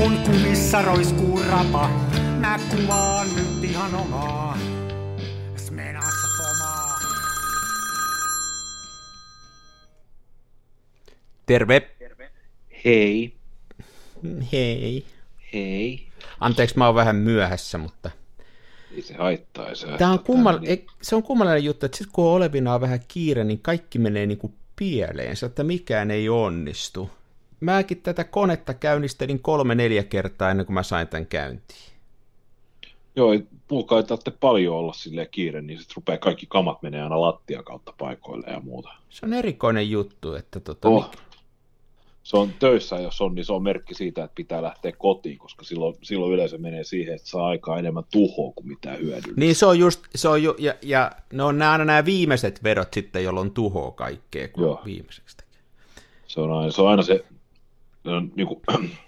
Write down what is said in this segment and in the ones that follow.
Mun kumissa roiskuu rapa, mä kuvaan nyt ihan omaa. Smenassa pomaa. Terve. Hei. Hei. Hei. Anteeksi, mä oon vähän myöhässä, mutta... Ei se haittaa. Se on kummallinen juttu, että sitten kun on olevinaan vähän kiire, niin kaikki menee niin kuin pieleensä, että mikään ei onnistu. Mäkin tätä konetta käynnistelin 3-4 kertaa ennen kuin mä sain tämän käyntiin. Joo, mulkaan ei tarvitse paljon olla silleen kiire, niin sitten rupeaa kaikki kamat menee aina lattia kautta paikoille ja muuta. Se on erikoinen juttu, että Se on töissä, jos on, niin se on merkki siitä, että pitää lähteä kotiin, koska silloin yleensä menee siihen, että saa aikaa enemmän tuhoa kuin mitään hyödyllistä. Niin ja ne on aina nämä viimeiset vedot sitten, jolloin tuhoaa kaikkea, kun Joo. Viimeiseksi tekee. Se on aina se niin kuin,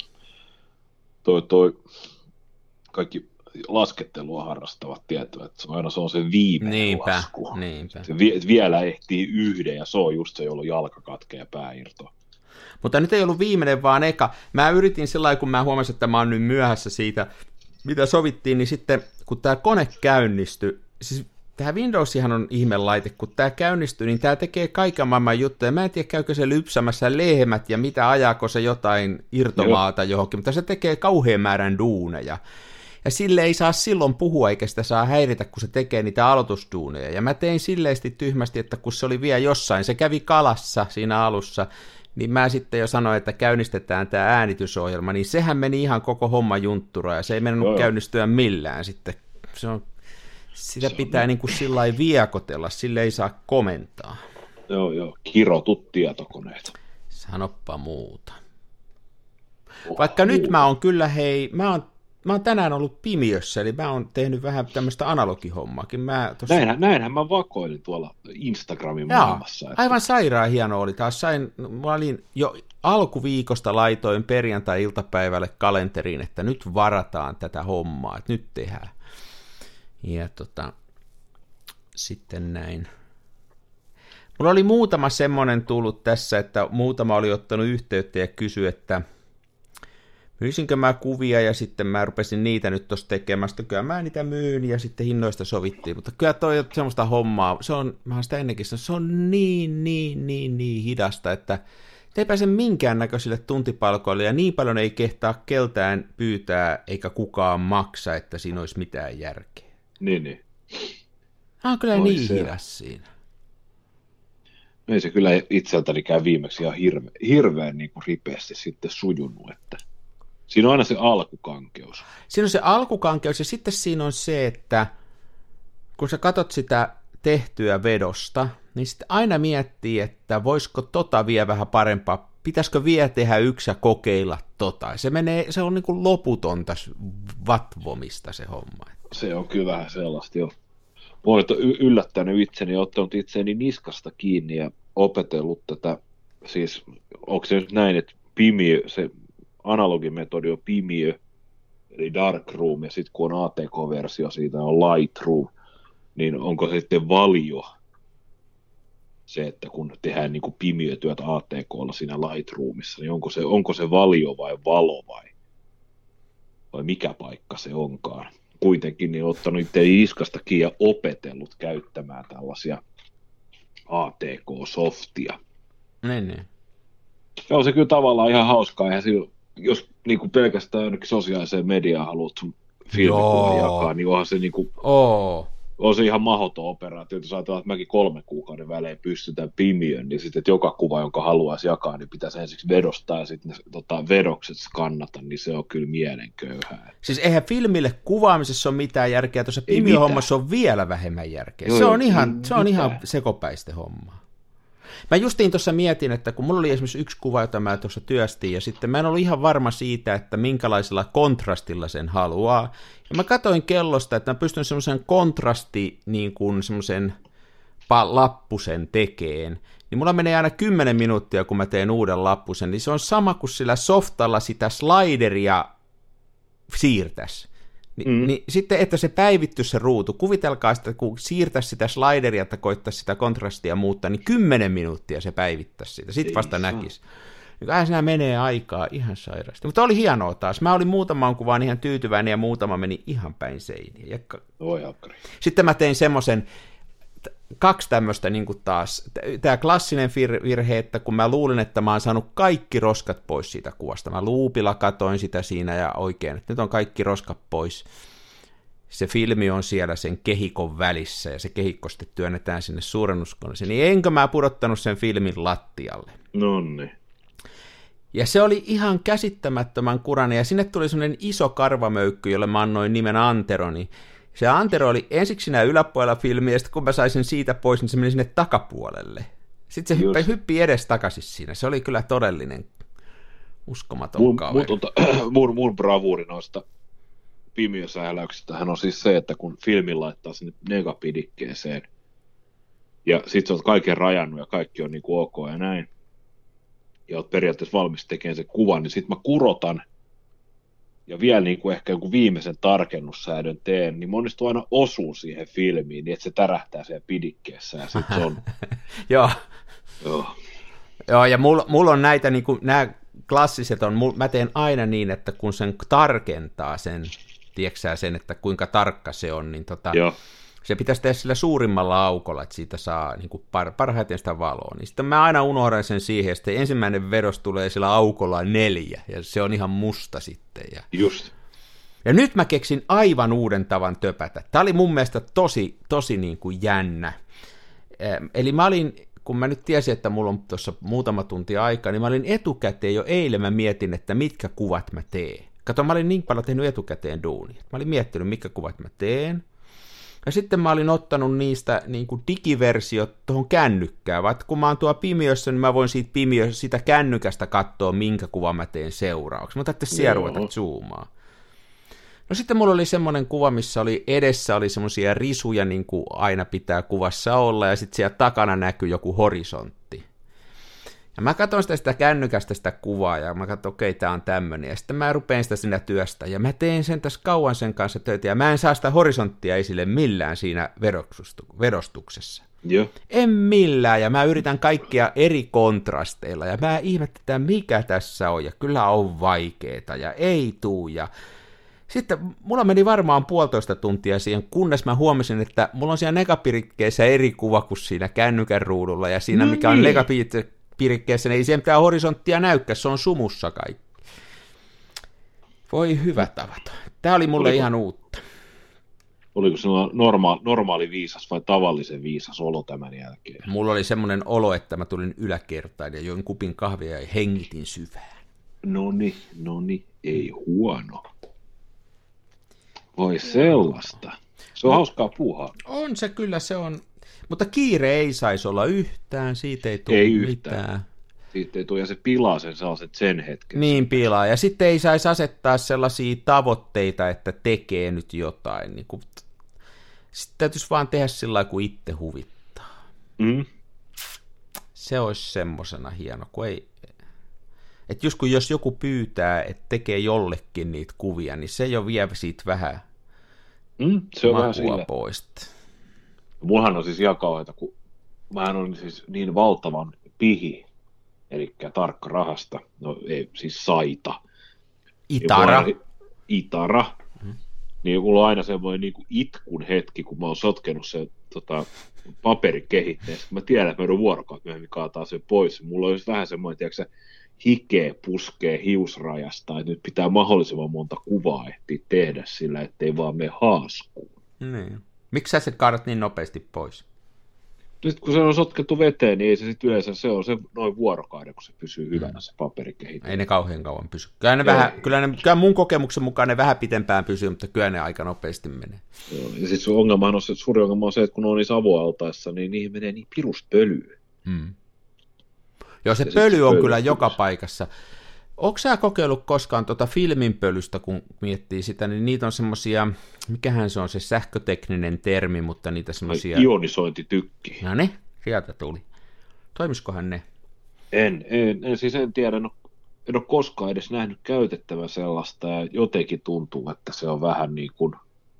toi kaikki laskettelua harrastavat tietävät, että se on se viimeinen lasku. Niinpä. Se vielä ehtii yhden, ja se on just se, jolloin jalka katkee ja pää irtoaa. Mutta nyt ei ollut viimeinen, vaan eka. Mä yritin sillä lailla, kun mä huomasin, että mä oon nyt myöhässä siitä, mitä sovittiin, niin sitten kun tämä kone käynnistyi, siis tämä Windowsihan on ihmelaite, kun tämä käynnistyy, niin tämä tekee kaiken maailman juttuja. Mä en tiedä, käykö se lypsämässä lehmät ja mitä ajaako se jotain irtomaata johonkin, mutta se tekee kauhean määrän duuneja. Ja sille ei saa silloin puhua, eikä sitä saa häiritä, kun se tekee niitä aloitusduuneja. Ja mä tein silleesti tyhmästi, että kun se oli vielä jossain, se kävi kalassa siinä alussa, niin mä sitten jo sanoin, että käynnistetään tämä äänitysohjelma, niin sehän meni ihan koko homma junttura, ja se ei mennyt käynnistyä millään sitten. Sitä pitää niin kuin sillä lailla viekotella, sille ei saa komentaa. Joo, kirotut tietokoneet. Sanoppa muuta. Vaikka nyt mä oon kyllä, mä oon tänään ollut pimiössä, eli mä oon tehnyt vähän tämmöistä analogihommaakin. Näinhän mä vakoilin tuolla Instagramin maailmassa. Että... Aivan sairaan hieno oli. Taas mä olin jo alkuviikosta laitoin perjantai-iltapäivälle kalenteriin, että nyt varataan tätä hommaa, että nyt tehdään. Ja sitten näin. Mulla oli muutama semmoinen tullut tässä, että muutama oli ottanut yhteyttä ja kysyi, että myysinkö mä kuvia, ja sitten mä rupesin niitä nyt tuossa tekemään, kyllä mä niitä myyn, ja sitten hinnoista sovittiin, mutta kyllä toi on semmoista hommaa, mä oon sitä ennenkin sanonut, se on niin hidasta, että ei pääse minkäännäköisille tuntipalkoille, ja niin paljon ei kehtaa keltään pyytää, eikä kukaan maksa, että siinä olisi mitään järkeä. Niin. On kyllä niin hidas siinä. Ei se kyllä itseltänikään viimeksi ihan hirveän niin kuin ripeästi sitten sujunut, että siinä on aina se alkukankeus. Siinä on se alkukankeus, ja sitten siinä on se, että kun sä katot sitä tehtyä vedosta, niin sitten aina miettii, että voisiko vielä vähän parempaa, pitäisikö vielä tehdä yksi ja kokeilla . Se on niin kuin loputonta vatvomista se homma. Se on kyllä vähän sellaista, jo. Mä olen yllättänyt itseni ja ottanut itseäni niskasta kiinni ja opetellut tätä, siis onko se nyt näin, että pimiö, se analogimetodi on pimiö, eli darkroom, ja sitten kun on ATK-versio, siitä on lightroom, niin onko se sitten valio, se, että kun tehdään niin kuin pimiötyöt ATK:lla siinä lightroomissa, niin onko se valio vai valo vai mikä paikka se onkaan. Kuitenkin niin ottanut itseäni iskastakin ja opetellut käyttämään tällaisia ATK-softia. Niin. Ja on se kyllä tavallaan ihan hauskaa, ja jos niin kuin pelkästään jonnekin sosiaaliseen mediaan haluat sun filmikuvan jakaa, niin onhan se, niin kuin, on se ihan mahdoton operaatio. Jos ajatellaan, että mäkin 3 kuukauden välein pystytään pimiön, niin sitten joka kuva, jonka haluaisi jakaa, niin pitäisi ensiksi vedostaa ja sitten vedokset skannata, niin se on kyllä mielenköyhää. Siis eihän filmille kuvaamisessa ole mitään järkeä, tuossa pimiöhommassa on vielä vähemmän järkeä. Se on ihan sekopäiste hommaa. Mä justiin tuossa mietin, että kun mulla oli esimerkiksi yksi kuva, jota mä tuossa työstin, ja sitten mä en ollut ihan varma siitä, että minkälaisella kontrastilla sen haluaa. Ja mä katsoin kellosta, että mä pystyn semmoisen kontrasti, niin kuin semmoisen lappusen tekeen. Niin mulla menee aina 10 minuuttia, kun mä teen uuden lappusen. Niin se on sama kuin sillä softalla sitä slideria siirtäisi. Niin sitten, että se päivittyisi se ruutu, kuvitelkaa sitä, kun siirtäisi sitä slideria, että koittaisi sitä kontrastia muuttaa, niin 10 minuuttia se päivittäisi sitä, sitten vasta näkisi. Siinä menee aikaa ihan sairaasti. Mutta oli hienoa taas. Mä olin muutamaan kuvaan ihan tyytyväinen ja muutama meni ihan päin seiniä. Sitten mä tein semmoisen, 2 tämmöistä niin kuin taas, tämä klassinen virhe, että kun mä luulin, että mä oon saanut kaikki roskat pois siitä kuvasta. Mä luupilla katoin sitä siinä ja oikein, että nyt on kaikki roskat pois. Se filmi on siellä sen kehikon välissä ja se kehikko sitten työnnetään sinne suurennuskoneeseen. Niin enkö mä pudottanut sen filmin lattialle? Nonni. Ja se oli ihan käsittämättömän kurainen, ja sinne tuli semmoinen iso karvamöykky, jolle mä annoin nimen Antero, niin se Antero oli ensiksi siinä yläpuolella filmiä, ja sitten kun mä saisin siitä pois, niin se meni sinne takapuolelle. Sitten se hyppi edes takaisin siinä. Se oli kyllä todellinen uskomaton kaveri. Mun bravuuri noista pimiösähäläyksistä hän on siis se, että kun filmin laittaa sinne negapidikkeeseen, ja sit sä oot kaiken rajannut, ja kaikki on niin kuin ok ja näin, ja oot periaatteessa valmis tekemään sen kuvan, niin sit mä kurotan, ja vielä niin kuin ehkä joku viimeisen tarkennussäädön teen, niin mä onnistuu aina osuu siihen filmiin, niin että se tärähtää siellä pidikkeessä, ja sit se on... Joo. Joo, ja mulla on näitä, niin kuin, nämä klassiset on, mä teen aina niin, että kun sen tarkentaa sen, tiedätkö sen, että kuinka tarkka se on, niin se pitäisi tehdä sillä suurimmalla aukolla, että siitä saa niin kuin parhaiten sitä valoa. Niin sitten mä aina unohdan sen siihen, ja sitten ensimmäinen vedos tulee sillä aukolla 4, ja se on ihan musta sitten. Just. Ja nyt mä keksin aivan uuden tavan töpätä. Tämä oli mun mielestä tosi niin kuin jännä. Eli mä olin, kun mä nyt tiesin, että mulla on tuossa muutama tunti aikaa, niin mä olin etukäteen jo eilen, mä mietin, että mitkä kuvat mä teen. Kato, mä olin niin paljon tehnyt etukäteen duunia. Mä olin miettinyt, mitkä kuvat mä teen. Ja sitten mä olin ottanut niistä niin kuin digiversiot tuohon kännykkään, vaikka kun mä oon tuolla pimiössä, niin mä voin siitä kännykästä katsoa, minkä kuvan mä teen seuraavaksi. Mä täytyy siellä ruveta zoomaa. No sitten mulla oli semmoinen kuva, missä oli edessä oli semmoisia risuja, niin kuin aina pitää kuvassa olla, ja sitten siellä takana näkyy joku horisontti. Ja mä katson sitä kännykästä sitä kuvaa, ja mä katson, okei, tää on tämmönen, ja sitten mä rupean sitä sinä työstä, ja mä teen sen tässä kauan sen kanssa töitä, ja mä en saa sitä horisonttia esille millään siinä vedostuksessa. Joo. En millään, ja mä yritän kaikkia eri kontrasteilla, ja mä ihmettän, mikä tässä on, ja kyllä on vaikeeta, ja ei tuu, ja sitten mulla meni varmaan 1,5 tuntia siihen, kunnes mä huomasin, että mulla on siellä negapirikkeessä eri kuva kuin siinä kännykän ruudulla, ja siinä mikä on negapirikkeessä, niin ei siellä mitään horisonttia näykkä, se on sumussa kaikki. Voi hyvä tavata. Tää oli mulle ihan uutta. Oliko se normaali viisas vai tavallisen viisas olo tämän jälkeen? Mulla oli semmoinen olo, että mä tulin yläkertaan ja join kupin kahvia ja hengitin syvään. Noni, ei huono. Voi sellaista. Se on hauskaa puuhaa. On se kyllä, se on. Mutta kiire ei saisi olla yhtään, siitä ei tule mitään. Siitä ei tule, ja se pilaa sen hetken. Niin pilaa, ja sitten ei saisi asettaa sellaisia tavoitteita, että tekee nyt jotain. Niin sitten täytyisi vaan tehdä sillä lailla, kun itse huvittaa. Se olisi semmosena hieno, kun ei... Että jos joku pyytää, että tekee jollekin niitä kuvia, niin se jo vie siitä vähän se on vähän sillä pois. Mullahan on siis jakauheita, kun mähän on siis niin valtavan pihi, eli tarkka rahasta, no ei, siis saita. Itara. Niin mulla on aina semmoinen niin kuin itkun hetki, kun mä oon sotkenut sen paperikehitteessä. Mä tiedän, että mä joudun vuorokautta myöhemmin kaataa sen pois. Mulla on vähän semmoinen, tiedätkö, hikeä puskee hiusrajasta, että nyt pitää mahdollisimman monta kuvaa ehtiä tehdä sillä, ettei vaan mene haaskuun. Niin. Miksi sä sit kaadat niin nopeasti pois? Sitten kun se on sotkettu veteen, niin ei se sitten yleensä, se on se noin vuorokauden, kun se pysyy hyvänä se paperikehitys. Ei ne kauhean kauan pysy. Kyllä mun kokemuksen mukaan ne vähän pitempään pysyy, mutta kyllä ne aika nopeasti menee. Joo, ja sitten suuri ongelma on se, että kun on niissä avoaltaissa, niin niihin menee niin pirus pölyä. Joo, se pöly on kyllä joka paikassa. Onko sä kokeillut koskaan filmin pölystä, kun miettii sitä, niin niitä on semmoisia, mikähän se on se sähkötekninen termi, mutta niitä semmoisia... Ionisointitykki. No ne, sieltä tuli. Toimiskohan ne? En tiedä, en ole koskaan edes nähnyt käytettävän sellaista, ja jotenkin tuntuu, että se on vähän niin kuin...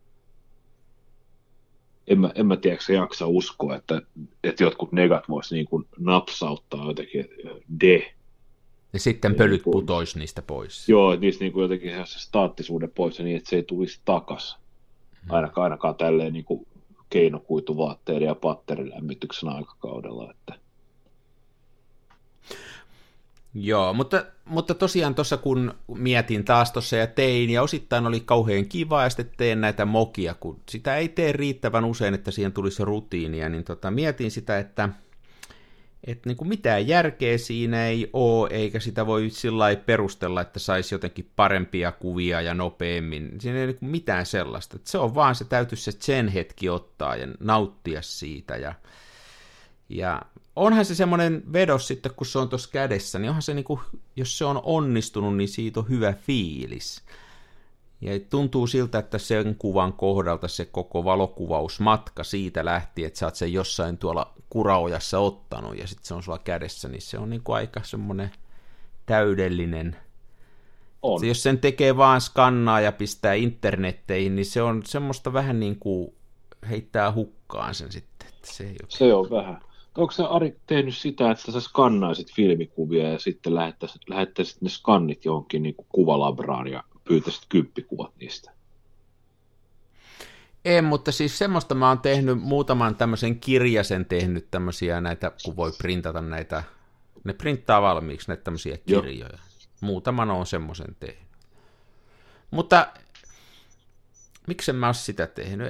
En mä tiedä, se jaksa uskoa, että jotkut negat vois niin kuin napsauttaa jotenkin Ja sitten pölyt putoisi niistä pois. Joo, että niistä niin kuin jotenkin se staattisuuden pois ja niin, että se ei tulisi takas. Ainakaan tälleen niin kuin keinokuituvaatteiden ja patterilämmityksen aikakaudella. Että. Joo, mutta tosiaan tuossa kun mietin taas tuossa ja tein, ja osittain oli kauhean kiva, ja sitten teen näitä mokia, kun sitä ei tee riittävän usein, että siihen tulisi rutiinia, niin mietin sitä, että niin kuin mitään järkeä siinä ei ole, eikä sitä voi sillä lailla perustella, että saisi jotenkin parempia kuvia ja nopeammin. Siinä ei ole niin mitään sellaista. Että se on vaan, se täytyy se zen-hetki ottaa ja nauttia siitä. Ja onhan se semmoinen vedos sitten, kun se on tuossa kädessä, niin onhan se, niin kuin, jos se on onnistunut, niin siitä on hyvä fiilis. Ja tuntuu siltä, että sen kuvan kohdalta se koko valokuvausmatka siitä lähti, että sä oot sen jossain tuolla kuraojassa ottanut, ja sitten se on sulla kädessä, niin se on niin kuin aika semmoinen täydellinen. On. Se, jos sen tekee vaan skannaa ja pistää internetteihin, niin se on semmoista vähän niin kuin heittää hukkaan sen sitten. Että se on vähän. Onko sä, Ari, tehnyt sitä, että sä skannaisit filmikuvia ja sitten lähettäisit ne skannit johonkin niin kuin kuvalabraan ja pyytäisit kymppikuvat niistä? En, mutta siis semmoista mä oon tehnyt muutaman tämmöisen kirjasen tehnyt tämmöisiä näitä, kun voi printata näitä, ne printtaa valmiiksi näitä tämmöisiä kirjoja. Joo. Muutaman on semmoisen tehnyt. Mutta miksen mä oon sitä tehnyt?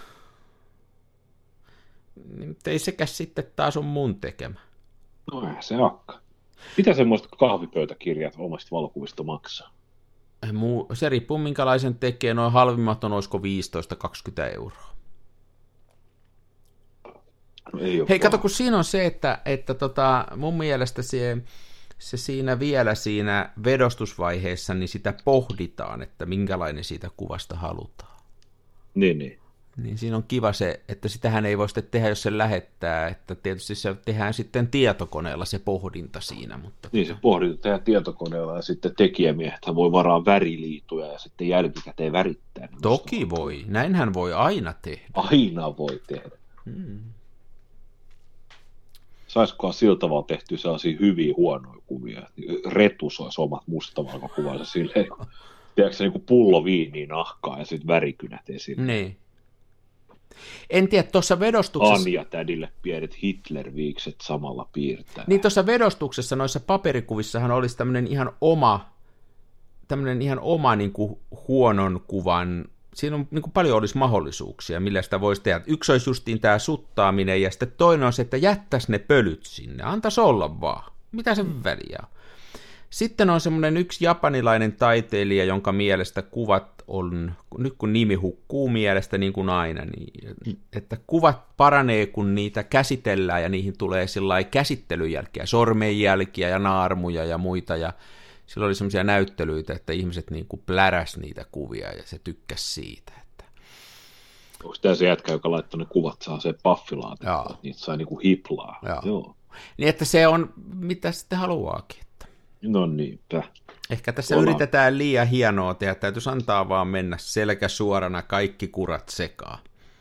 Ei sekään sitten taas on mun tekemä. No eihän se akka. Mitä semmoista kahvipöytäkirjat omasta valokuvista maksaa? Se riippuu minkälaisen tekee, noin halvimmat on olisiko 15-20 euroa. No hei, kato, kun siinä on se, että mun mielestä se siinä vielä siinä vedostusvaiheessa, niin sitä pohditaan, että minkälainen siitä kuvasta halutaan. Niin. Niin siinä on kiva se, että sitähän ei voi sitten tehdä, jos se lähettää, että tietysti se tehdään sitten tietokoneella se pohdinta siinä. Mutta niin, se pohdinta tehdään tietokoneella ja sitten tekijämiehethän voi varaa väriliituja ja sitten jälkikäteen värittää. Toki voi, näinhän voi aina tehdä. Aina voi tehdä. Saisikohan sillä tavalla tehtyä sellaisia hyviä huonoja kuvia, retusoisi omat mustavalkokuvansa silleen, tiedätkö se niin kuin pullo viiniä nahkaa ja sitten värikynät esille. Niin. En tiedä, tuossa vedostuksessa... Anja tädille pienet Hitler-viikset samalla piirtää. Niin tuossa vedostuksessa noissa paperikuvissahan olisi tämmöinen ihan oma niin kuin huonon kuvan, siinä on niin kuin paljon olisi mahdollisuuksia, millä sitä voisi tehdä. Yksi olisi justiin tämä suttaaminen, ja sitten toinen on se, että jättäisi ne pölyt sinne, antaisi olla vaan. Mitä se väliä on? Sitten on semmoinen yksi japanilainen taiteilija, jonka mielestä kuvat on, nyt kun nimi hukkuu mielestä niin kuin aina, niin, että kuvat paranee, kun niitä käsitellään ja niihin tulee sillai käsittelyjälkiä, sormenjälkiä ja naarmuja ja muita, ja silloin oli semmoisia näyttelyitä, että ihmiset niin kuin pläräs niitä kuvia ja se tykkäsi siitä. Että... Onko tämä se jätkä, joka laittoi ne kuvat saa se paffilaatikkoon, että niitä sai niin kuin hiplaa? Joo. Niin, että se on mitä sitten haluaakin. No niinpä. Ehkä tässä yritetään liian hienoa tehdä, täytyisi antaa vaan mennä selkä suorana, kaikki kurat sekaan.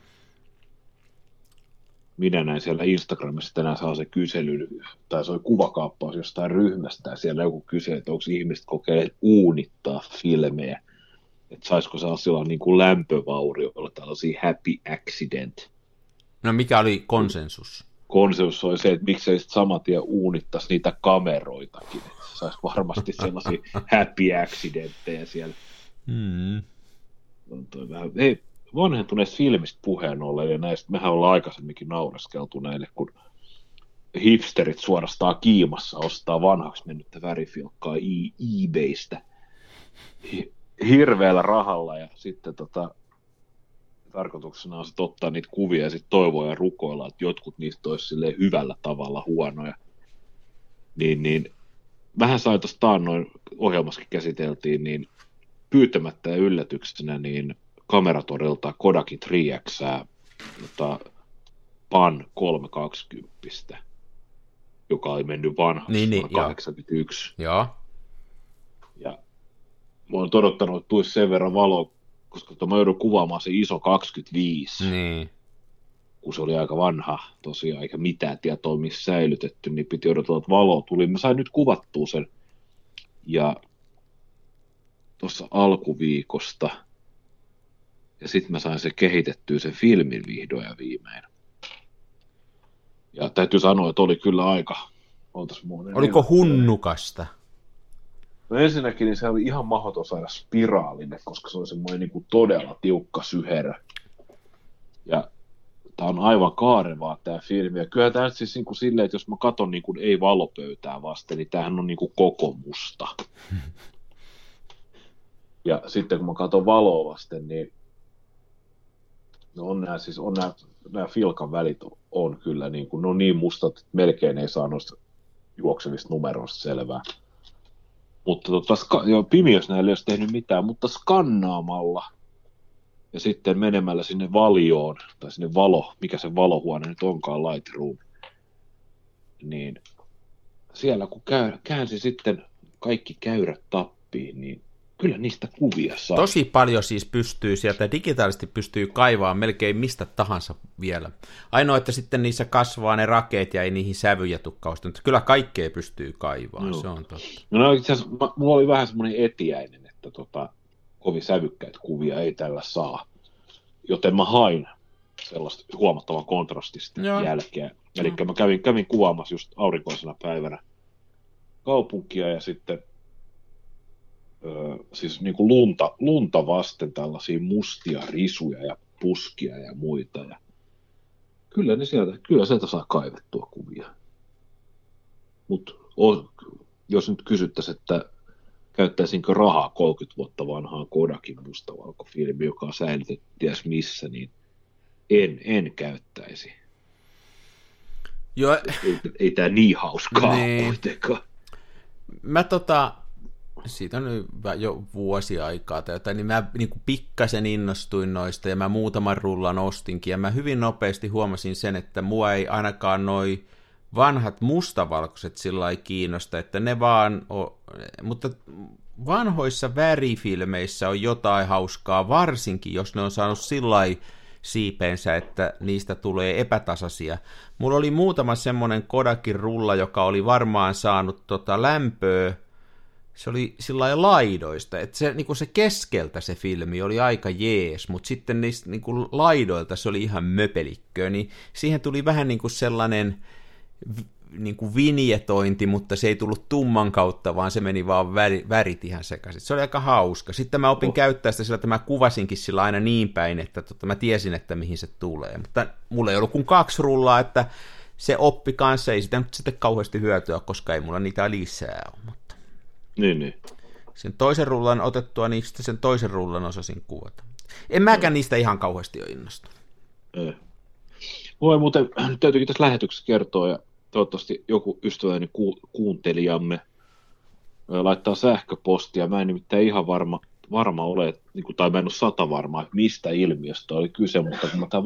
Minä näin siellä Instagramissa tänään saa se kysely, tai se oli kuvakaappaus jostain ryhmästä, ja siellä joku kysyy, että onko ihmiset kokeilleet uunittaa filmejä, että saisiko sellaisilla niin kuin lämpövaurioilla tällaisia happy accident. No mikä oli konsensus? Konsensus oli se, että miksei sitten saman tien uunittaisi niitä kameroitakin, että se saisi varmasti sellaisia happy accidentteja siellä. Hei, vanhentuneesta filmistä puheen ollen, ja näistä mehän ollaan aikaisemminkin naureskeltu näille, kun hipsterit suorastaan kiimassa ostaa vanhaksi mennyttä värifilkkaa eBaystä hirveällä rahalla, ja sitten tarkoituksena on sitten ottaa niitä kuvia ja sitten toivoa ja rukoilla, että jotkut niistä olisi silleen hyvällä tavalla huonoja. Niin vähän sain tuossa taannoin ohjelmassakin käsiteltiin, niin pyytämättä ja yllätyksenä niin Kameratorilta Kodakin 3X PAN 320, joka oli mennyt vanhaksi vuonna 81. Joo. Ja mä oon odottanut, että tulisi sen verran valoa, koska mä joudun kuvaamaan se iso 25, kun se oli aika vanha tosiaan, eikä mitään tietoa missä säilytetty, niin piti odotella, että valo tuli. Mä sain nyt kuvattua sen ja tuossa alkuviikosta, ja sitten mä sain se kehitettyä sen filmin vihdoin ja viimein. Ja täytyy sanoa, että oli kyllä aika. Oliko hunnukasta? No ensinnäkin niin se oli ihan mahdoton saada spiraalille, koska se oli semmoinen niin kuin todella tiukka syherö. Ja tämä on aivan kaarevaa tämä filmi. Ja kyllä tämä siis niin kuin silleen, että jos mä katson niin kuin ei valopöytää vasten, niin tämähän on niin kuin koko musta. Ja sitten kun mä katson valoa vasten, niin no on nämä filkan välit on kyllä niin kuin, ne on niin mustat, että melkein ei saa noista juoksevista numeroista selvää. Mutta pimiössä näillä ei olisi tehnyt mitään, mutta skannaamalla ja sitten menemällä sinne valioon, tai sinne mikä se valohuone nyt onkaan, Lightroom, niin siellä kun käänsi sitten kaikki käyrät tappiin, niin kyllä niistä kuvia saa. Tosi paljon siis pystyy sieltä, digitaalisesti pystyy kaivaa melkein mistä tahansa vielä. Ainoa, että sitten niissä kasvaa ne rakeet ja ei niihin sävyjä tukkausta, mutta kyllä kaikkea pystyy kaivaa, se on totta. No itse asiassa mulla oli vähän semmoinen etiäinen, että kovin sävykkäitä kuvia ei tällä saa, joten mä hain sellaista huomattavan kontrastista jälkeä. Eli mä kävin kuvaamassa just aurinkoisena päivänä kaupunkia ja sitten siis niin kuin lunta vasten tällaisia mustia risuja ja puskia ja muita. Ja kyllä sieltä saa kaivettua kuvia. Mutta jos nyt kysyttäisiin, että käyttäisinkö rahaa 30 vuotta vanhaan Kodakin mustavalkofilmi, joka on säilytetty ties missä, niin en käyttäisi. Joo. Ei tämä niin hauskaa kuitenkaan. Mä siitä on jo vuosi aikaa tai jotain, niin mä niin kuin pikkasen innostuin noista ja mä muutaman rullan ostinkin ja mä hyvin nopeasti huomasin sen, että mua ei ainakaan noi vanhat mustavalkoiset sillä lailla kiinnosta, että ne vaan mutta vanhoissa värifilmeissä on jotain hauskaa, varsinkin jos ne on saanut sillä lailla siipeensä, että niistä tulee epätasaisia. Mulla oli muutama semmoinen Kodakin rulla, joka oli varmaan saanut lämpöä. Se oli sillä laidoista, että se, niin se keskeltä se filmi oli aika jees, mutta sitten niistä niin laidoilta se oli ihan möpelikköä, niin siihen tuli vähän niin kuin sellainen niin kuin vinjetointi, mutta se ei tullut tumman kautta, vaan se meni vaan värit ihan sekaisin. Se oli aika hauska. Sitten mä opin käyttää sitä sillä, että mä kuvasinkin sillä aina niin päin, että mä tiesin, että mihin se tulee. Mutta mulla ei ollut kuin 2 rullaa, että se oppi kanssa, ei sitä nyt sitten kauheasti hyötyä, koska ei mulla niitä lisää ole. Mutta niin. Sen toisen rullan otettua, niin sitten sen toisen rullan osasin kuvata. En mäkään niistä ihan kauheasti ole innostunut. Voi muuten, täytyykin tässä lähetyksessä kertoa, ja toivottavasti joku ystäväni kuuntelijamme laittaa sähköpostia. Mä en nimittäin ihan varma ole, tai mä en ole 100% varma, että mistä ilmiöstä oli kyse, mutta kun mä tämän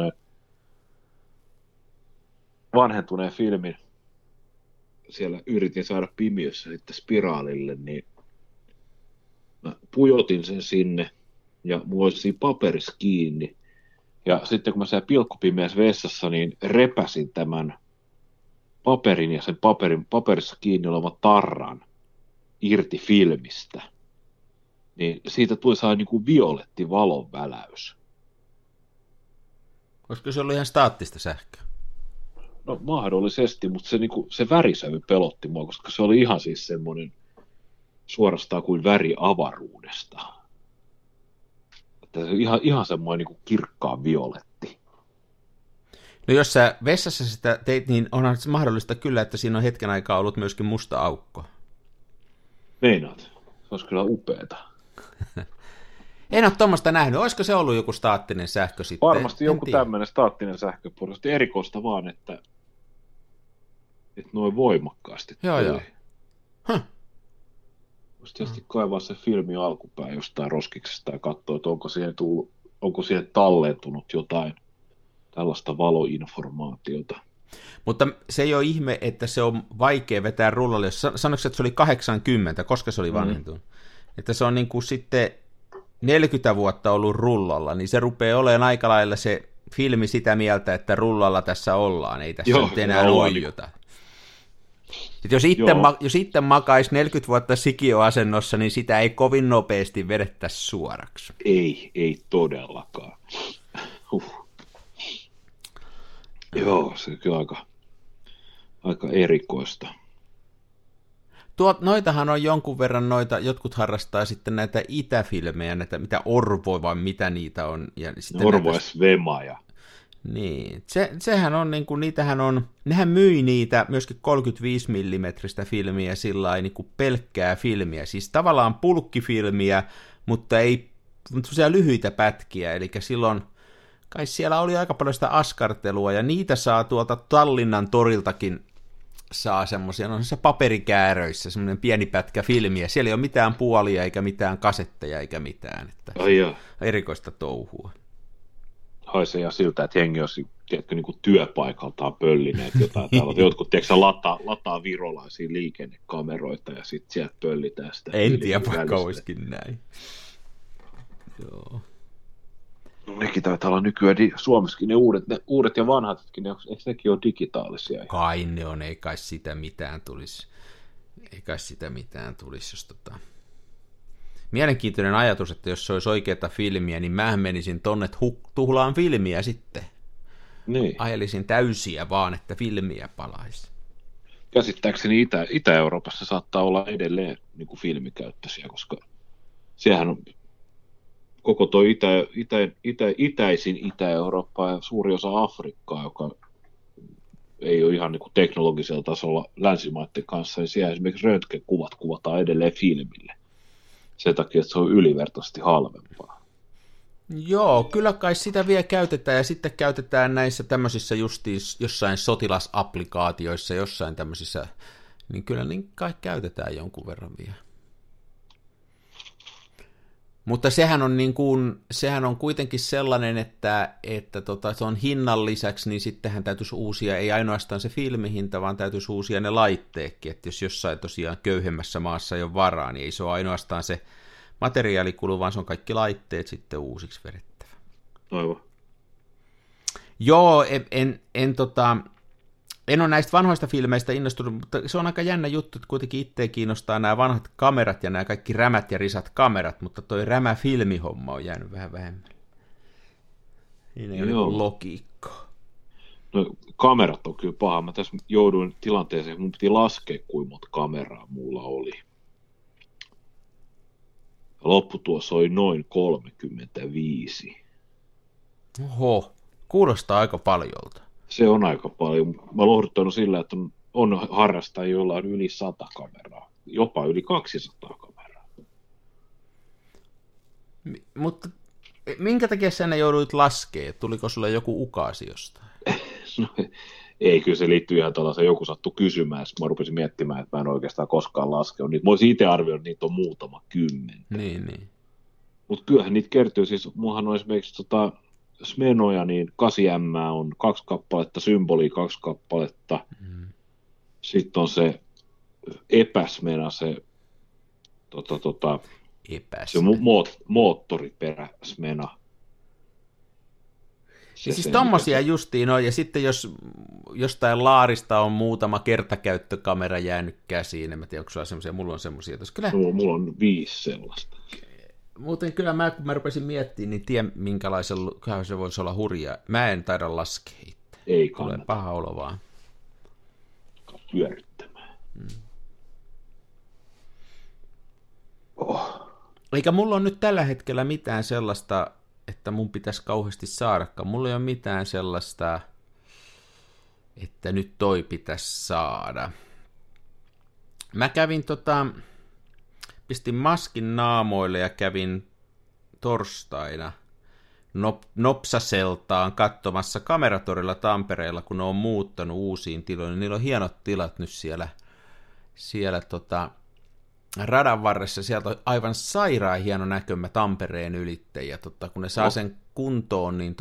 vanhentuneen filmin siellä yritin saada pimiössä sitten spiraalille, niin mä pujotin sen sinne ja mulla oli siinä paperissa kiinni. Ja sitten kun mä siellä pilkkupimeässä vessassa, niin repäsin tämän paperin ja sen paperissa kiinni olevan tarran irti filmistä. Niin siitä tuli saa niin kuin violetti valonväläys. Koska se oli ihan staattista sähköä? No mahdollisesti, mutta se värisävy pelotti mua, koska se oli ihan siis semmoinen suorastaan kuin väri avaruudesta. Että se ihan semmoinen niin kuin kirkkaan violetti. No jos sä vessassa sitä teit, niin onhan se mahdollista kyllä, että siinä on hetken aikaa ollut myöskin musta aukko. Meinaat? Se olisi kyllä upeeta. En ole tuommoista nähnyt. Olisiko se ollut joku staattinen sähkö sitten? Varmasti joku tämmöinen staattinen sähköpuolesti. Erikoista vaan, että noin voimakkaasti. Joo. Voisi tietysti kaivaa se filmi alkupää jostain roskiksesta ja katsoa, että onko siihen tallentunut jotain tällaista valoinformaatiota. Mutta se ei ole ihme, että se on vaikea vetää rullalle. Jos sanoiko, että se oli 80, koska se oli vanhentunut. Että se on niin kuin sitten 40 vuotta ollut rullalla, niin se rupeaa olemaan aika lailla se filmi sitä mieltä, että rullalla tässä ollaan, ei tässä nyt enää uijuta. Jos itse makaisi 40 vuotta sikioasennossa, niin sitä ei kovin nopeasti vedettäisi suoraksi. Ei todellakaan. Joo, se on kyllä aika erikoista. Noitahan on jonkun verran jotkut harrastaa sitten näitä itäfilmejä, näitä mitä Orvo vai mitä niitä on. Ja Orvo ja Svema ja... Niin, sehän on, niin kuin, nehän myi niitä myöskin 35 mm filmiä sillä niin kuin pelkkää filmiä, siis tavallaan pulkkifilmiä, mutta ei sellaisia lyhyitä pätkiä, eli silloin kai siellä oli aika paljon sitä askartelua, ja niitä saa tuolta Tallinnan toriltakin, saa semmoisia, no se paperikääröissä, semmoinen pieni pätkä filmiä, siellä ei ole mitään puolia, eikä mitään kasetteja, eikä mitään, että erikoista touhua. Haisee ja siltä, että jengi olisi, tiedätkö, niin kuin työpaikaltaan pöllineet jotain. Täällä jotkut, tiedätkö, lataa virolaisia liikennekameroita ja sitten sieltä pöllitään sitä. En tiedä, vaikka olisikin näin. Joo. No nekin taitaa olla nykyään Suomessakin ne uudet ja vanhatkin, eikö nekin ole digitaalisia? Kai ne on, ei kai sitä mitään tulisi. Jos Mielenkiintoinen ajatus, että jos se olisi oikeata filmiä, niin mähän menisin tonne tuhlaan filmiä sitten. Niin. Ajelisin täysiä vaan, että filmiä palaisi. Käsittääkseni Itä-Euroopassa saattaa olla edelleen niin kuin filmikäyttöisiä, koska siellähän on koko tuo itäisin Itä-Eurooppa ja suuri osa Afrikkaa, joka ei ole ihan niin kuin teknologisella tasolla länsimaiden kanssa, niin siellä esimerkiksi röntgenkuvat kuvataan edelleen filmille. Sen takia, että se on ylivertaisesti halvempaa. Joo, kyllä kai sitä vielä käytetään, ja sitten käytetään näissä tämmöisissä justiin jossain sotilasapplikaatioissa, jossain tämmöisissä, niin kyllä niin kai käytetään jonkun verran vielä. Mutta sehän on kuitenkin sellainen, että se on hinnan lisäksi, niin sittenhän täytyisi uusia, ei ainoastaan se filmihinta, vaan täytyisi uusia ne laitteetkin, että jos jossain tosiaan köyhemmässä maassa ei ole varaa, niin ei se ole ainoastaan se materiaalikulu, vaan se on kaikki laitteet sitten uusiksi vedettävä. Aivan. Joo, en ole näistä vanhoista filmeistä innostunut, mutta se on aika jännä juttu, että kuitenkin itseä kiinnostaa nämä vanhat kamerat ja nämä kaikki rämät ja risat kamerat, mutta toi rämäfilmihomma on jäänyt vähän vähemmän. Siinä ei ole logiikkaa. No kamerat on kyllä paha. Mä tässä jouduin tilanteeseen, mun piti laskea, kuinka monta kameraa mulla oli. Lopputuossa oli noin 35. Oho, kuulostaa aika paljolta. Se on aika paljon. Mä lohduttanut sillä, että on harrastajia, joilla on yli 100 kameraa, jopa yli 200 kameraa. Mutta minkä takia sä ne jouduit laskemaan? Tuliko sulle joku ukaasi jostain? No, ei, kyllä se liittyy ihan tällaiseen, joku sattui kysymään, mä rupesin miettimään, että mä en oikeastaan koskaan laskenut niitä. Mä olisin itse arvioinut, että niitä on muutama kymmentä. Niin. Mutta kyllähän niitä kertyy, siis mullahan on esimerkiksi Smenoja, niin 8M on 2 kappaletta, Symbolia 2 kappaletta. Sitten on se Epäsmena, se moottoriperäsmena. Ja siis tommosia justiin on, ja sitten jos jostain laarista on muutama kertakäyttökamera jäänyt käsiin, en mä tiedä, onko sulla semmosia, mulla on semmosia. Kyllä... Mulla on 5 sellaista. Muuten kyllä kun mä rupesin miettimään, niin tiedän minkälaisella se voisi olla hurjaa. Mä en taida laskea itse. Ei kannata. Tulee paha olo vaan. Pyörittämään. Eikä mulla on nyt tällä hetkellä mitään sellaista, että mun pitäisi kauheasti saadakaan. Mulla ei ole mitään sellaista, että nyt toi pitäisi saada. Mä kävin pistin maskin naamoille ja kävin torstaina Nopsaseltaan katsomassa Kameratorilla Tampereella, kun ne on muuttanut uusiin tiloihin. Niillä on hienot tilat nyt siellä radan varressa. Sieltä on aivan sairaan hieno näkymä Tampereen ylitte. Ja kun ne saa sen kuntoon, niin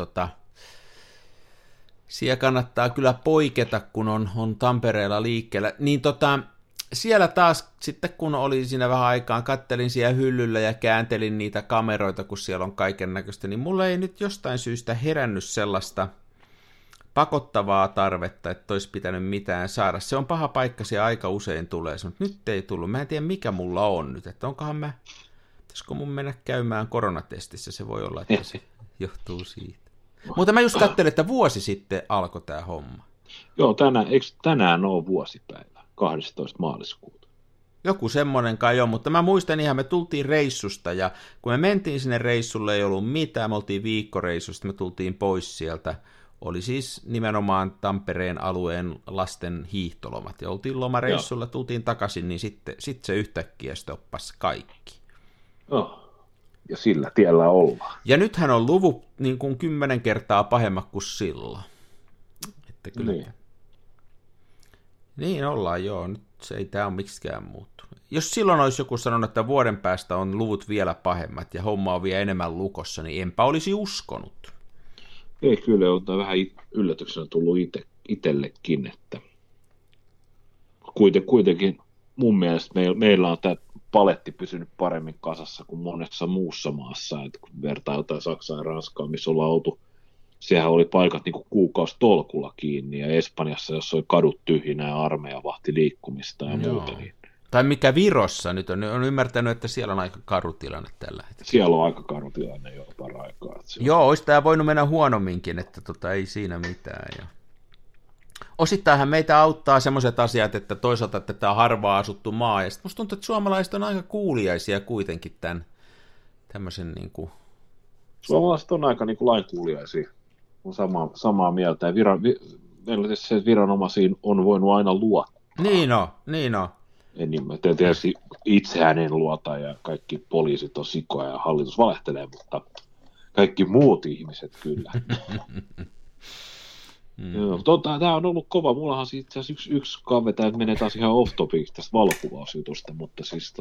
siellä kannattaa kyllä poiketa, kun on Tampereella liikkeellä. Niin siellä taas sitten, kun olin siinä vähän aikaan, kattelin siellä hyllyllä ja kääntelin niitä kameroita, kun siellä on kaiken näköistä, niin mulla ei nyt jostain syystä herännyt sellaista pakottavaa tarvetta, että olisi pitänyt mitään saada. Se on paha paikka, se aika usein tulee. Mutta nyt ei tullut. Mä en tiedä, mikä mulla on nyt. Että pitäisikö mun mennä käymään koronatestissä? Se voi olla, että se johtuu siitä. Mutta mä just katselin, että vuosi sitten alkoi tämä homma. Joo, eikö tänään ole vuosipäivä, 12. maaliskuuta? Joku semmoinen kai on, mutta mä muistan ihan, me tultiin reissusta, ja kun me mentiin sinne reissulle, ei ollut mitään, me oltiin viikkoreissusta, me tultiin pois sieltä. Oli siis nimenomaan Tampereen alueen lasten hiihtolomat, ja oltiin lomareissulla, tultiin takaisin, niin sitten se yhtäkkiä stoppasi kaikki. Oh. Ja sillä tiellä ollaan. Ja nythän on luvut niin kuin 10 kertaa pahemmat kuin silloin. Että kyllä. Niin ollaan, joo. Nyt se ei tämä ole miksikään muuttunut. Jos silloin olisi joku sanonut, että vuoden päästä on luvut vielä pahemmat ja homma on vielä enemmän lukossa, niin enpä olisi uskonut. Ei, kyllä on vähän yllätyksenä tullut itsellekin, että kuitenkin mun mielestä meillä on tämä paletti pysynyt paremmin kasassa kuin monessa muussa maassa, että kun vertaa jotain Saksaa ja Ranskaa, missä ollaan oltu, siellä oli paikat niin kuin kuukausitolkulla kiinni, ja Espanjassa, jos oli kadut tyhjinä ja armeija vahti liikkumista ja muuta. Niin... Tai mikä Virossa nyt on ymmärtänyt, että siellä on aika karu tilanne tällä hetkellä. Siellä on aika karu tilanne jo paraikaa. Joo, olisi tämä voinut mennä huonomminkin, että ei siinä mitään. Ja... Osittainhan meitä auttaa sellaiset asiat, että toisaalta että tämä on harvaa asuttu maa, ja sitten musta tuntuu, että suomalaiset on aika kuuliaisia kuitenkin tämän tämmöisen niin kuin... Suomalaiset on aika niin kuin lainkuuliaisia, on samaa mieltä, ja viranomaisiin on voinut aina luottaa. Niin on. Tietysti itseään en luota, ja kaikki poliisit on sikoja, ja hallitus valehtelee, mutta kaikki muut ihmiset kyllä. Tämä on ollut kova. Mullahan itse asiassa yksi kaveri, tämä menee taas ihan off-topic tästä valokuvausjutusta, mutta siis,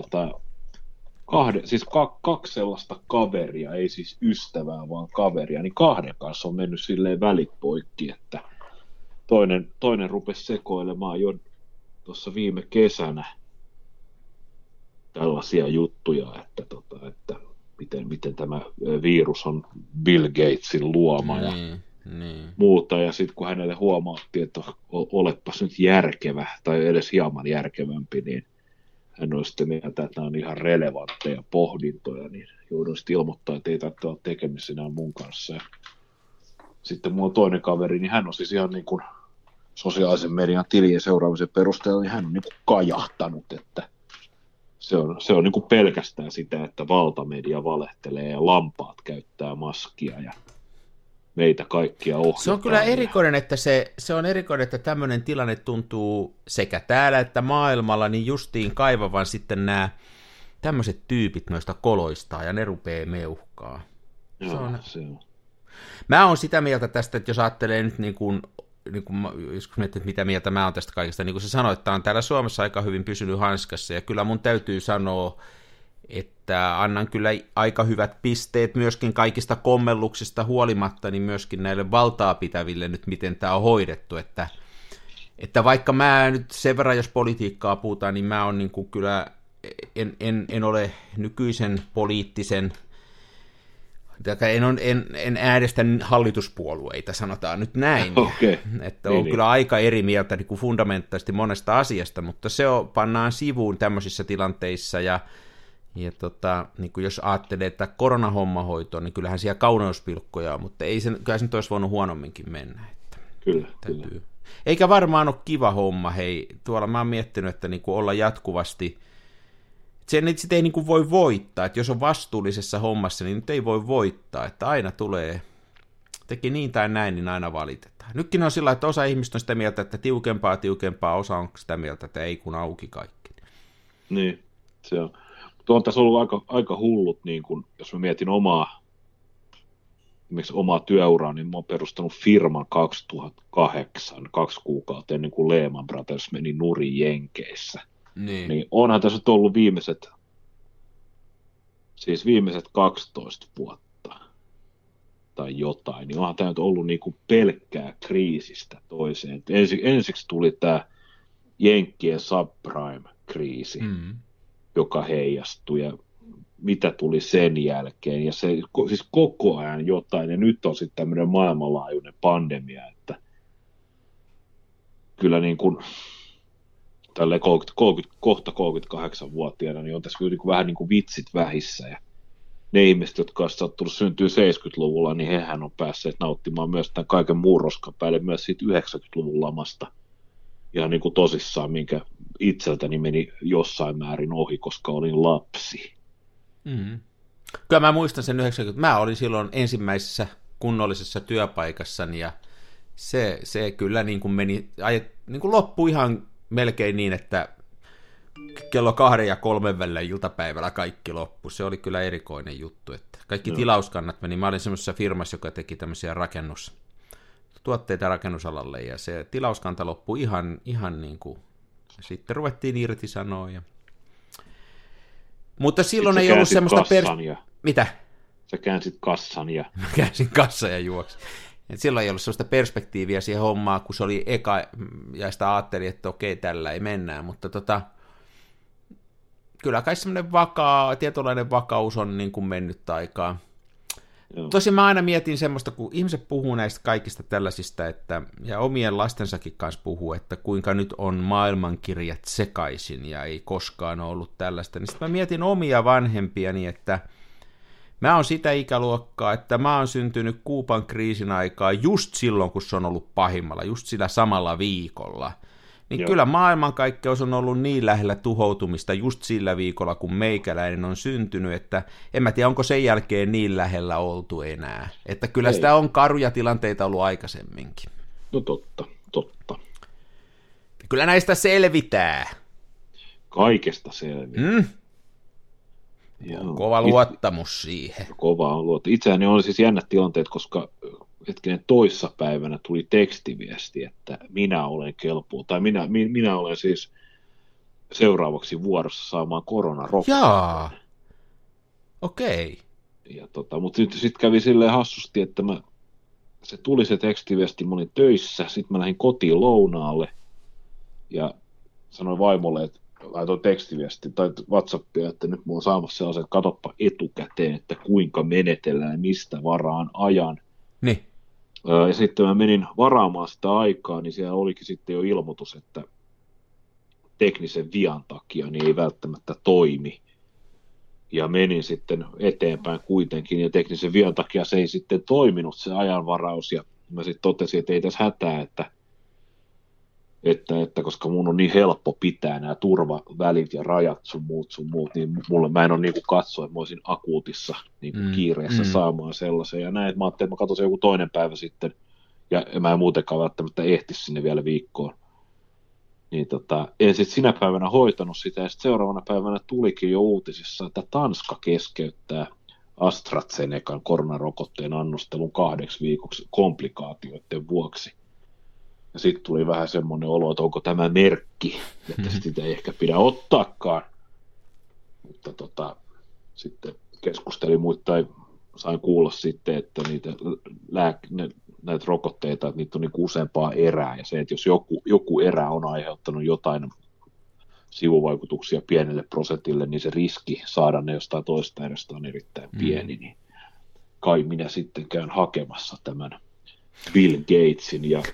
kaksi sellaista kaveria, ei siis ystävää, vaan kaveria, niin kahden kanssa on mennyt silleen välit poikki, että toinen rupesi sekoilemaan jo tuossa viime kesänä tällaisia juttuja, että miten tämä virus on Bill Gatesin luoma ja muuta, ja sitten kun hänelle huomattiin, että olepas nyt järkevä, tai edes hieman järkevämpi, niin hän oli sitten mieltä, että nämä on ihan relevantteja pohdintoja, niin joudun sitten ilmoittaa, että ei tarvitse olla tekemisissä enää mun kanssa. Ja sitten mulla on toinen kaveri, niin hän on siis ihan niin kuin sosiaalisen median tilien seuraamisen perusteella, niin hän on niin kuin kajahtanut, että se on niin kuin pelkästään sitä, että valtamedia valehtelee ja lampaat käyttää maskia ja meitä kaikkia ohjataan. Se on kyllä erikoinen, että se on erikoinen, että tämmöinen tilanne tuntuu sekä täällä että maailmalla niin justiin kaivavan sitten nämä tämmöiset tyypit noista koloistaan ja ne rupeaa meuhkaa. Se on. Mä oon sitä mieltä tästä, että jos ajattelee nyt niin kuin joskus miettii, että mitä mieltä mä oon tästä kaikesta, niin kuin sä sanoit, että on täällä Suomessa aika hyvin pysynyt hanskassa, ja kyllä mun täytyy sanoa, että annan kyllä aika hyvät pisteet myöskin kaikista kommelluksista huolimatta, niin myöskin näille valtaa pitäville nyt, miten tämä on hoidettu, että vaikka mä nyt sen verran, jos politiikkaa puhutaan, niin mä oon niin kuin kyllä, en ole nykyisen poliittisen, en äänestä hallituspuolueita, sanotaan nyt näin, että on kyllä aika eri mieltä niin kuin fundamentaalisesti monesta asiasta, mutta se pannaan sivuun tämmöisissä tilanteissa, ja niin kuin jos ajattelee, että koronahommahoito, niin kyllähän siellä kauneuspilkkoja on, mutta kyllä se nyt olisi voinut huonomminkin mennä. Että kyllä. Eikä varmaan ole kiva homma, hei, tuolla mä oon miettinyt, että niin kuin olla jatkuvasti, sitä ei niin kuin voi voittaa, että jos on vastuullisessa hommassa, niin nyt ei voi voittaa, että aina tulee, teki niin tai näin, niin aina valitetaan. Nytkin on sillä, että osa ihmistä on sitä mieltä, että tiukempaa, osa on sitä mieltä, että ei kun auki kaikki. Niin, se on. Mutta on tässä ollut aika hullut, niin kun, jos mä mietin omaa työuraa, niin mä oon perustanut firman 2008, 2 kuukautta ennen kuin Lehman Brothers meni nurin Jenkeissä. Niin onhan tässä ollut viimeiset 12 vuotta tai jotain, niin onhan tämä nyt ollut niin kuin pelkkää kriisistä toiseen. Ensiksi tuli tämä Jenkkien subprime-kriisi, joka heijastui, ja mitä tuli sen jälkeen, ja se siis koko ajan jotain, ja nyt on sitten tämmöinen maailmanlaajuinen pandemia, että kyllä niin kuin tälleen kohta 38-vuotiaana, niin on tässä kyllä niin kuin vähän niin kuin vitsit vähissä, ja ne ihmiset, jotka ovat sattunut syntyä 70-luvulla, niin hehän on päässeet nauttimaan myös tämän kaiken muun roskan päälle myös siitä 90-luvun lamasta. Ihan niin kuin tosissaan, minkä itseltäni meni jossain määrin ohi, koska olin lapsi. Mm. Kyllä mä muistan sen 90. Mä olin silloin ensimmäisessä kunnollisessa työpaikassani, ja se kyllä niin kuin meni, niin kuin loppui ihan melkein niin, että kello 2 ja 3 välillä iltapäivällä kaikki loppui. Se oli kyllä erikoinen juttu, että kaikki tilauskannat meni. Mä olin semmoisessa firmassa, joka teki tämmöisiä tuotteita rakennusalalle, ja se tilauskanta loppui ihan niin kuin, sitten ruvettiin irtisanoa. Mutta silloin ei ollut semmoista Mitä? Sä käänsit kassan ja... Mä käänsin kassan ja juoksin. Et silloin ei ollut sellaista perspektiiviä siihen hommaan, kun se oli eka, ja sitä ajattelin, että okei, tällä ei mennä, mutta kyllä kai semmoinen tietynlainen vakaus on niin kuin mennyt aikaa. Tosin mä aina mietin semmoista, kun ihmiset puhuu näistä kaikista tällaisista, ja omien lastensakin kanssa puhuu, että kuinka nyt on maailmankirjat sekaisin, ja ei koskaan ole ollut tällaista, niin sitten mä mietin omia vanhempiani, että mä oon sitä ikäluokkaa, että mä oon syntynyt Kuuban kriisin aikaa just silloin, kun se on ollut pahimmalla, just sillä samalla viikolla. Niin kyllä maailmankaikkeus on ollut niin lähellä tuhoutumista just sillä viikolla, kun meikäläinen on syntynyt, että en mä tiedä, onko sen jälkeen niin lähellä oltu enää. Että kyllä sitä on karuja tilanteita ollut aikaisemminkin. No totta. Kyllä näistä selvitään. Kaikesta selvitään. Kova luottamus siihen. Kova on luottamus. Itseäni on siis jännät tilanteet, koska toissapäivänä tuli tekstiviesti, että minä olen kelpo, tai minä olen siis seuraavaksi vuorossa saamaan koronarokotteen. Jaa, okei. Mutta sitten kävi silleen hassusti, että se tuli se tekstiviesti, mä olin töissä, sitten mä lähdin kotiin lounaalle, ja sanoin vaimolle, että laitoin tekstiviesti tai WhatsAppia, että nyt mä oon saamassa sellaisen, että katsoppa etukäteen, että kuinka menetellään, mistä varaan ajan. Niin. Ja sitten mä menin varaamaan sitä aikaa, niin siellä olikin sitten jo ilmoitus, että teknisen vian takia niin ei välttämättä toimi. Ja menin sitten eteenpäin kuitenkin, ja teknisen vian takia se ei sitten toiminut se ajanvaraus, ja mä sitten totesin, että ei tässä hätää, että koska mun on niin helppo pitää nämä turvavälit ja rajat sun muut, niin mä en ole niin kuin katsoa, että mä olisin akuutissa niin kuin kiireessä saamaan sellaisen. Ja näin, että mä ajattelin, että mä katsoin joku toinen päivä sitten, ja mä en muutenkaan välttämättä ehtisi sinne vielä viikkoon. Niin en sitten sinä päivänä hoitanut sitä, ja sitten seuraavana päivänä tulikin jo uutisissa, että Tanska keskeyttää AstraZenecan koronarokotteen annostelun 2 viikoksi komplikaatioiden vuoksi. Ja sitten tuli vähän semmoinen olo, että onko tämä merkki, että sitä ei ehkä pidä ottaakaan. Mutta sitten keskustelin muita tai sain kuulla sitten, että näitä rokotteita, että niitä on niin useampaa erää. Ja se, että jos joku erä on aiheuttanut jotain sivuvaikutuksia pienelle prosentille, niin se riski saada ne jostain toista erästä on erittäin pieni. Niin kai minä sitten käyn hakemassa tämän Bill Gatesin ja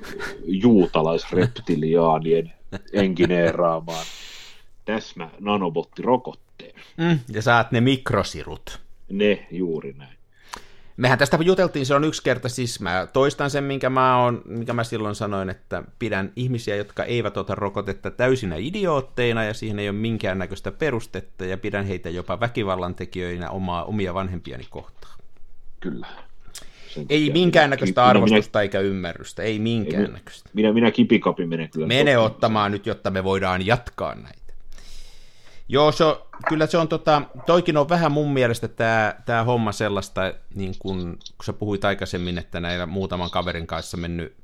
juutalaisreptiliaanien engineeraamaan täsmä nanobottirokotteen. Ja saat ne mikrosirut. Ne, juuri näin. Mehän tästä juteltiin silloin yksi kerta, siis mä toistan sen, minkä mä silloin sanoin, että pidän ihmisiä, jotka eivät ota rokotetta täysinä idiootteina, ja siihen ei ole minkäännäköistä perustetta, ja pidän heitä jopa väkivallantekijöinä omia vanhempiani kohtaan. Kyllä. Ei minkäännäköistä arvostusta eikä ymmärrystä, ei minkäännäköistä. Minä kipikapi menen kyllä. Mene ottamaan nyt, jotta me voidaan jatkaa näitä. Joo, kyllä se on, toikin on vähän mun mielestä tämä homma sellaista, niin kun sä puhuit aikaisemmin, että näillä muutaman kaverin kanssa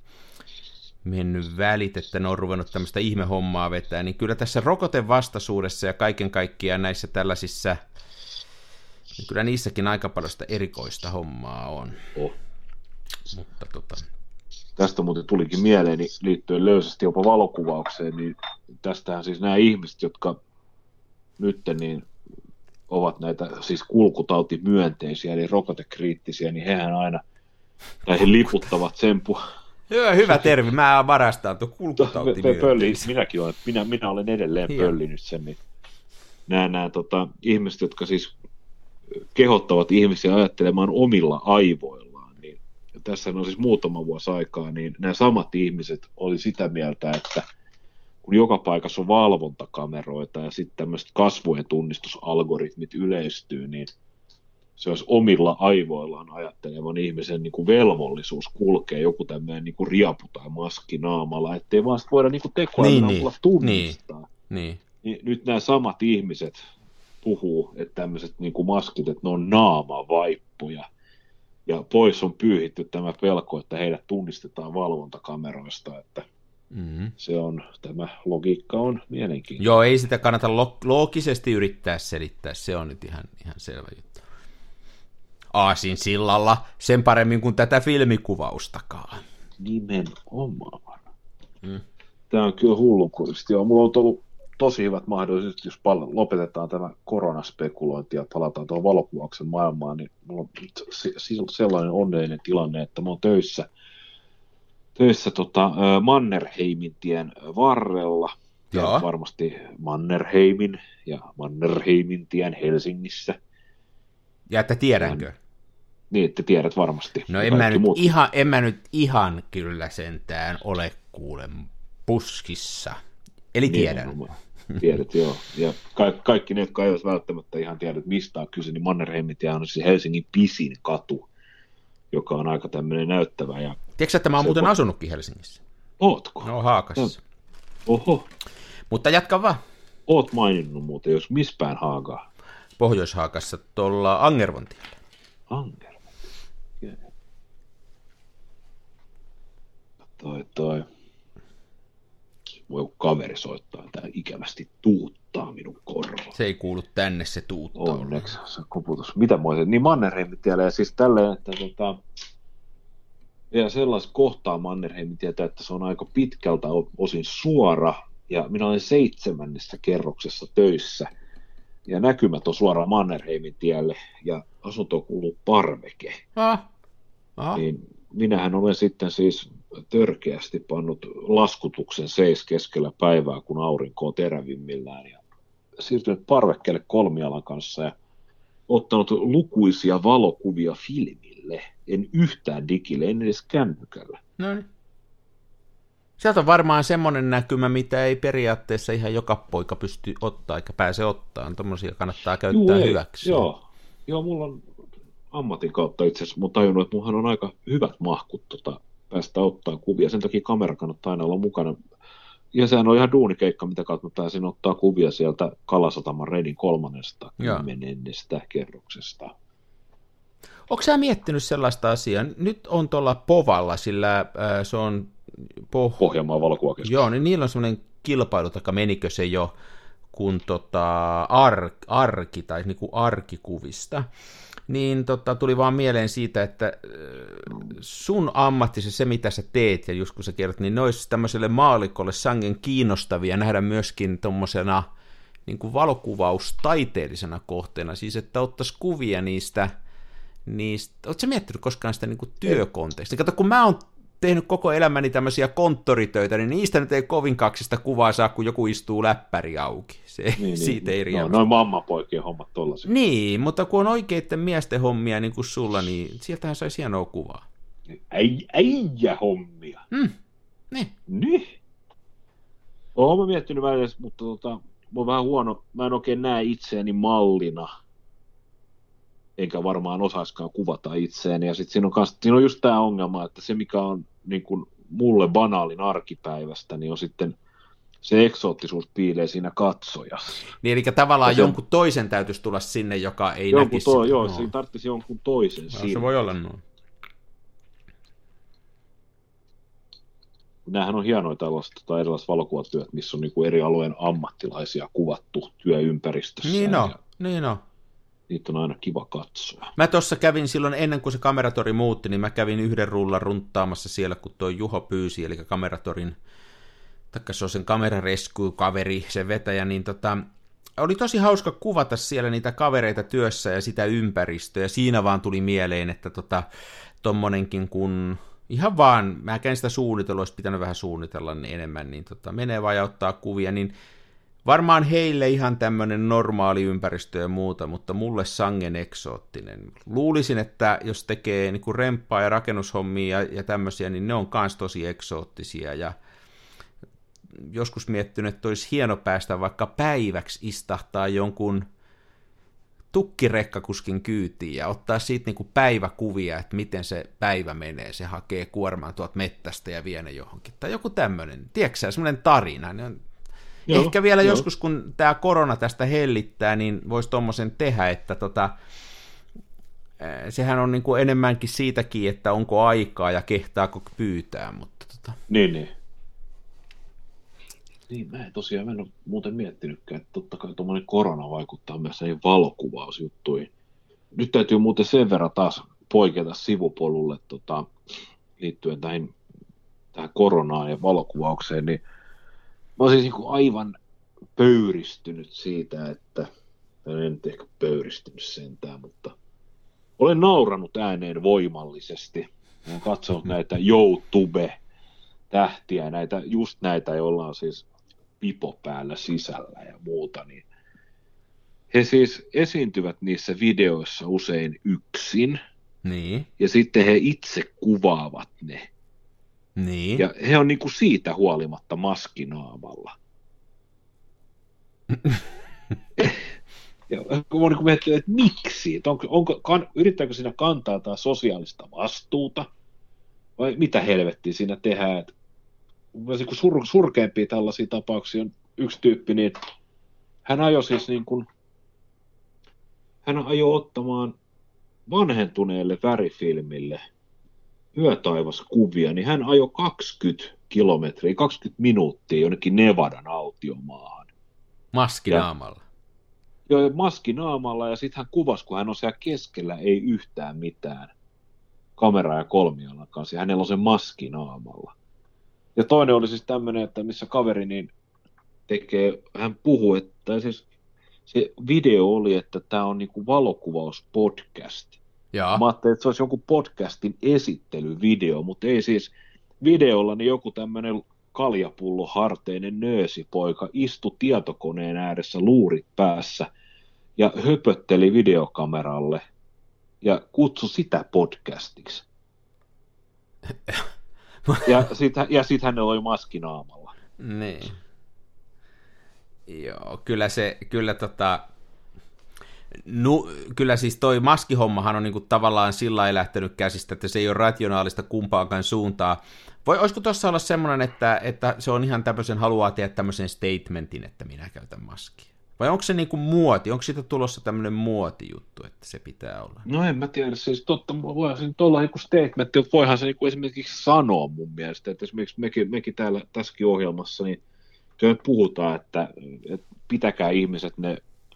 mennyt välit, että ne on ruvennut tämmöistä ihmehommaa vetää, niin kyllä tässä rokotevastaisuudessa ja kaiken kaikkiaan näissä tällaisissa, niin kyllä niissäkin aika paljon sitä erikoista hommaa on. Mutta Tästä muuten tulikin mieleeni liittyen löysästi jopa valokuvaukseen, niin tästähän siis nämä ihmiset, jotka nyt niin ovat näitä siis kulkutautimyönteisiä, eli rokotekriittisiä, niin hehän aina, tai he liputtavat Hyvä termi, mä varastan tuon kulkutautimyönteisen. Minäkin olen, minä olen edelleen pöllinyt sen, niin nämä ihmiset, jotka siis kehottavat ihmisiä ajattelemaan omilla aivoillaan, niin tässä on siis muutama vuosi aikaa, niin nämä samat ihmiset oli sitä mieltä, että kun joka paikassa on valvontakameroita ja sitten tämmöiset kasvojen tunnistusalgoritmit yleistyy, niin se olisi omilla aivoillaan ajattelevan ihmisen niin kuin velvollisuus kulkea joku tämmöinen niin kuin riapu tai maski naamalla, ettei vaan voida niin kuin tekoälyn avulla tunnistaa. Niin. Nyt nämä samat ihmiset puhuu, että tämmöiset niin kuin maskit, että ne on naamavaippoja. Ja pois on pyyhitty tämä pelko, että heidät tunnistetaan valvontakameroista, että se on, tämä logiikka on mielenkiintoinen. Joo, ei sitä kannata loogisesti yrittää selittää, se on nyt ihan selvä juttu. Aasinsillalla sen paremmin kuin tätä filmikuvaustakaan. Nimenomaan. Tämä on kyllä hullunkurista. Joo, mulla on ollut tosi hyvät mahdollisuudet, jos lopetetaan tämä koronaspekulointi ja palataan tuohon valokuvauksen maailmaan, niin mulla on sellainen onnellinen tilanne, että mä oon töissä Mannerheimin tien varrella. Ja varmasti Mannerheimin tien Helsingissä. Ja että tiedänkö? Niin, että tiedät varmasti. No en mä nyt ihan kyllä sentään ole kuulen puskissa. Eli tiedän. Tiedät, joo. Ja kaikki ne, jotka eivät välttämättä ihan tiedä, mistä on kyse, niin Mannerheimin tie on siis Helsingin pisin katu, joka on aika tämmöinen näyttävä. Ja tiedätkö, että mä oon muuten asunutkin Helsingissä? Ootko? No, Haakassa. Oho. Mutta jatka vaan. Oot maininnut muuten, jos missä päin Haagaa? Pohjois-Haakassa tuolla Angervontiellä. Angervonti. Toi. Voi kaveri soittaa, tää ikävästi tuuttaa minun korvaan. Se ei kuulu tänne, se tuuttaa. Onneksi, se koputus. Mitä mä olisin? Niin Mannerheimin tiellä, ja siis tälleen, että ja sellaista kohtaa Mannerheimin tietää, että se on aika pitkältä osin suora, ja minä olen 7. kerroksessa töissä, ja näkymät on suoraan Mannerheimin tielle, ja asuntoon kuuluu parveke. Niin minähän olen sitten siis törkeästi pannut laskutuksen seis keskellä päivää, kun aurinko on terävimmillään, ja siirtynyt parvekkeelle kolmialan kanssa, ja ottanut lukuisia valokuvia filmille, en yhtään digille, en edes kännykällä. No niin. Sieltä on varmaan semmoinen näkymä, mitä ei periaatteessa ihan joka poika pysty ottaa, eikä pääse ottaan. Tuommoisia kannattaa käyttää hyväksi. Joo, mulla on ammatin kautta itse asiassa, mutta tajunnut, että mullahan on aika hyvät mahkut päästä ottaa kuvia. Sen takia kamera kannattaa aina olla mukana. Ja sehän on ihan duunikeikka, mitä kautta mä pääsin ottaa kuvia sieltä Kalasataman Redin 30. kerroksesta. Onko sä miettinyt sellaista asiaa? Nyt on tuolla Povalla, sillä se on Pohjanmaan valokuvakeskus. Joo, niin niillä on semmoinen kilpailu, taikka menikö se jo, kun arki tai niin kuin arkikuvista, niin tuli vaan mieleen siitä, että sun ammattisi se, mitä sä teet, ja just kun sä kerrot, niin ne olisi tämmöiselle maalikolle sangen kiinnostavia nähdä myöskin tommosena niin kuin valokuvaustaiteellisena kohteena, siis että ottaisi kuvia niistä ootko sä miettinyt koskaan sitä niin kuin työkontekstia? Kato, kun mä oon tehnyt koko elämäni tämmöisiä konttoritöitä, niin niistä nyt ei kovin kaksista kuvaa saa, kun joku istuu läppäri auki. Siitä ei riitä. No, noin mammapoikien hommat tollaisia. Niin, mutta kun on oikeiden miesten hommia niin kuin sulla, niin sieltähän saisi hienoa kuvaa. Äijä hommia. Niin. Oon mä miettinyt välillä, mutta mä oon vähän huono. Mä en oikein näe itseäni mallina. Enkä varmaan osaiskaan kuvata itseäni. Ja sitten siinä on just tämä ongelma, että se mikä on niin kuin mulle banaalin arkipäivästä, niin on sitten se eksoottisuus piilee siinä katsojassa. Niin, eli tavallaan jonkun toisen täytyisi tulla sinne, joka ei näkisi sitä. Joo, siinä tarvitsisi jonkun toisen sinne. Se voi olla noin. Nämähän on hienoja tällaiset erilaiset valokuvatyöt, missä on niin kuin eri alueen ammattilaisia kuvattu työympäristössä. Niin on. Niitä on aina kiva katsoa. Mä tuossa kävin silloin ennen kuin se Kameratori muutti, niin mä kävin yhden rullan runttaamassa siellä, kun toi Juho pyysi, eli Kameratorin, taikka se on sen kamerarescue-kaveri, se vetäjä, niin oli tosi hauska kuvata siellä niitä kavereita työssä ja sitä ympäristöä, ja siinä vaan tuli mieleen, että tommonenkin kun Ihan vaan, mä käyn sitä suunnitella, olisi pitänyt vähän suunnitella niin enemmän, niin menee vaan ja ottaa kuvia, niin varmaan heille ihan tämmöinen normaali ympäristö ja muuta, mutta mulle sangen eksoottinen. Luulisin, että jos tekee niin kuin remppaa ja rakennushommia ja tämmöisiä, niin ne on kans tosi eksoottisia, ja joskus miettinyt, että olisi hieno päästä vaikka päiväksi istahtaa jonkun tukkirekkakuskin kyytiin ja ottaa siitä niin kuin päiväkuvia, että miten se päivä menee. Se hakee kuorman tuolta mettästä ja vie ne johonkin. Tai joku tämmöinen, tiedätkö sä, semmoinen tarina. Joo, ehkä vielä joskus, kun tämä korona tästä hellittää, niin voisi tommosen tehdä, että sehän on niin kuin enemmänkin siitäkin, että onko aikaa ja kehtaako pyytää. Mutta Niin. Niin, mä en ole muuten miettinytkään, että totta kai tuommoinen korona vaikuttaa myös näihin valokuvausjuttuihin. Nyt täytyy muuten sen verran taas poiketa sivupolulle liittyen tähän koronaan ja valokuvaukseen, niin mä oon siis niin kuin aivan pöyristynyt siitä, että, en nyt ehkä pöyristynyt sentään, mutta olen nauranut ääneen voimallisesti. Olen katsonut näitä YouTube-tähtiä, just näitä, joilla on siis pipo päällä sisällä ja muuta, niin he siis esiintyvät niissä videoissa usein yksin, niin. Ja sitten he itse kuvaavat ne. Niin. Ja he on niinku siitä huolimatta maskinaamalla. Ja kun niinku miettii, että miksi? Että yrittääkö siinä kantaa taas sosiaalista vastuuta? Vai mitä helvettiä siinä tehdään? Että surkeampia tällaisia tapauksia on yksi tyyppi, niin hän ajoi siis niin kuin, hän ajoi ottamaan vanhentuneelle värifilmille yötaivaskuvia, niin hän ajoi 20 kilometriä, 20 minuuttia jonnekin Nevadan autiomaahan. Maskinaamalla. Joo, maskinaamalla, ja sitten hän kuvasi, kun hän on siellä keskellä, ei yhtään mitään. Kamera ja kolmiolan kanssa, ja hänellä on se maskinaamalla. Ja toinen oli siis tämmöinen, että missä kaveri niin hän puhuu, että siis se video oli, että tämä on niinku valokuvauspodcast. Jaa. Mä ajattelin, että se olisi joku podcastin esittelyvideo, mutta ei siis videolla, niin joku tämmöinen kaljapullo harteinen nöösipoika istui tietokoneen ääressä luurit päässä ja höpötteli videokameralle ja kutsui sitä podcastiksi. Ja sit hänellä oli maskinaamalla. Niin. Joo, kyllä siis toi maskihommahan on niinku tavallaan sillä lailla lähtenyt käsistä, että se ei ole rationaalista kumpaankaan suuntaan. Olisiko tuossa olla semmoinen, että se on ihan tämmöisen, haluaa tehdä tämmöisen statementin, että minä käytän maskia? Vai onko se niinku muoti? Onko siitä tulossa tämmöinen muotijuttu, että se pitää olla? No en mä tiedä, siis totta, voihan se nyt olla joku statementti, mutta voihan se niinku esimerkiksi sanoa mun mielestä, että esimerkiksi mekin täällä tässäkin ohjelmassa, niin kyllä puhutaan, että pitäkää ihmiset ne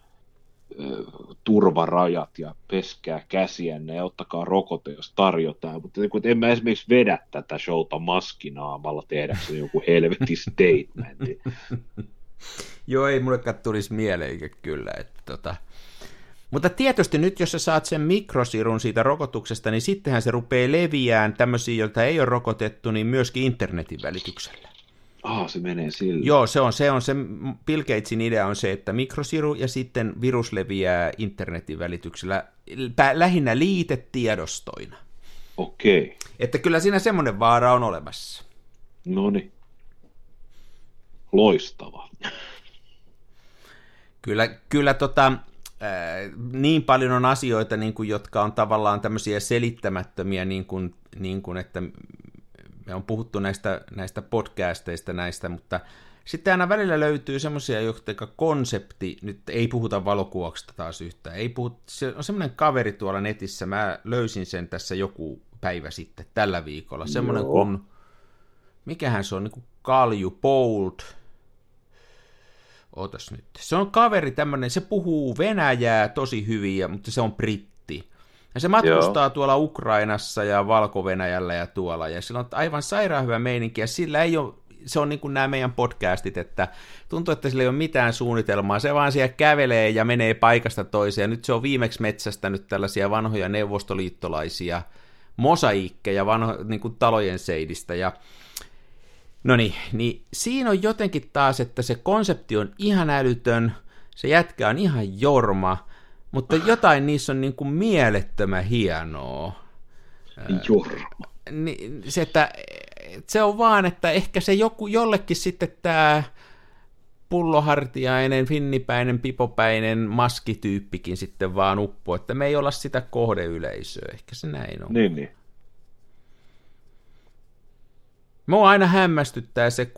turvarajat ja peskää käsiänne ja ottakaa rokote, jos tarjotaan, mutta en mä esimerkiksi vedä tätä showta maskinaamalla tehdäkseni joku helvetin statementti. Joo, ei mullekaan tulisi mieleen kyllä. Mutta tietysti nyt, jos sä saat sen mikrosirun siitä rokotuksesta, niin sittenhän se rupeaa leviään tämmöisiä, joilta ei ole rokotettu, niin myöskin internetin välityksellä. Se menee sillä. Joo, se on se Bill Gatesin idea on se, että mikrosiru ja sitten virus leviää internetin välityksellä, lähinnä liitetiedostoina. Okei. Että kyllä siinä semmoinen vaara on olemassa. Noniin. Loistava. Kyllä niin paljon on asioita, niin kuin, jotka on tavallaan tämmöisiä selittämättömiä, niin kuin, että me on puhuttu näistä podcasteista näistä, mutta sitten aina välillä löytyy semmoisia, jotka konsepti, nyt ei puhuta valokuvauksesta taas yhtään, se on semmoinen kaveri tuolla netissä, mä löysin sen tässä joku päivä sitten, tällä viikolla, semmoinen kuin, mikähän se on, niin kuin Kalju Bold, ootas nyt, se on kaveri tämmöinen, se puhuu venäjää tosi hyvin, mutta se on britti. Ja se matkustaa tuolla Ukrainassa ja Valko-Venäjällä ja tuolla, ja sillä on aivan sairaan hyvä meininki, ja sillä ei ole, se on niin kuin nämä meidän podcastit, että tuntuu, että sillä ei ole mitään suunnitelmaa, se vaan siellä kävelee ja menee paikasta toiseen, ja nyt se on viimeksi metsästänyt tällaisia vanhoja neuvostoliittolaisia mosaiikkeja niin kuin talojen seinistä. Ja no niin siinä on jotenkin taas, että se konsepti on ihan älytön, se jätkä on ihan jorma, mutta jotain niissä on niin kuin mielettömän hienoa. Jorma. Se, että se on vaan, että ehkä se jollekin sitten tämä pullohartiainen, finnipäinen, pipopäinen maskityyppikin sitten vaan uppoo, että me ei olla sitä kohdeyleisöä, ehkä se näin on. Niin. Mua aina hämmästyttää se,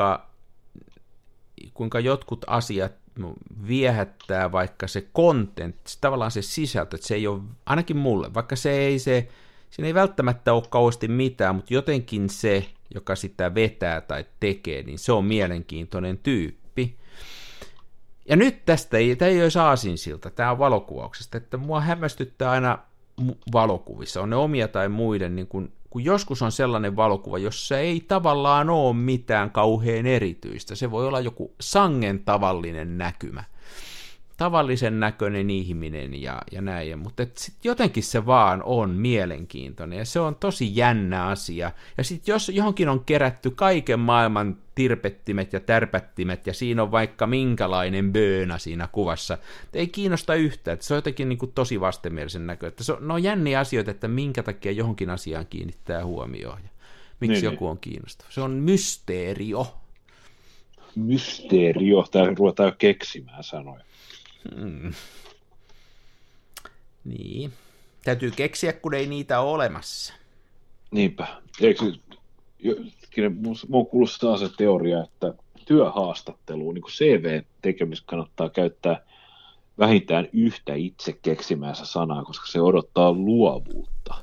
kuinka jotkut asiat viehättää, vaikka se content, tavallaan se sisältö, että se ei ole, ainakin mulle, vaikka siinä ei välttämättä ole kauheasti mitään, mutta jotenkin se, joka sitä vetää tai tekee, niin se on mielenkiintoinen tyyppi. Ja nyt tämä ei olisi aasinsilta, tämä on valokuvauksesta, että mua hämmästyttää aina valokuvissa, on ne omia tai muiden, niin kun joskus on sellainen valokuva, jossa ei tavallaan ole mitään kauhean erityistä, se voi olla joku sangen tavallinen näkymä, tavallisen näköinen ihminen ja näin, mutta jotenkin se vaan on mielenkiintoinen ja se on tosi jännä asia. Ja sitten jos johonkin on kerätty kaiken maailman tirpettimet ja tärpättimet ja siinä on vaikka minkälainen böönä siinä kuvassa, ei kiinnosta yhtään, että se on jotenkin niin kuin tosi vastenmielisen näkö. Että ne on jänniä asioita, että minkä takia johonkin asiaan kiinnittää huomioon ja miksi joku on kiinnostava. Se on mysteerio. Mysteerio, tämä ruvetaan jo keksimään sanoja. Niin. Täytyy keksiä, kun ei niitä ole olemassa. Niinpä. Eikö mun kuulostaa se teoria, että työhaastatteluun, niin kuin CV-tekemistä kannattaa käyttää vähintään yhtä itse keksimäänsä sanaa, koska se odottaa luovuutta.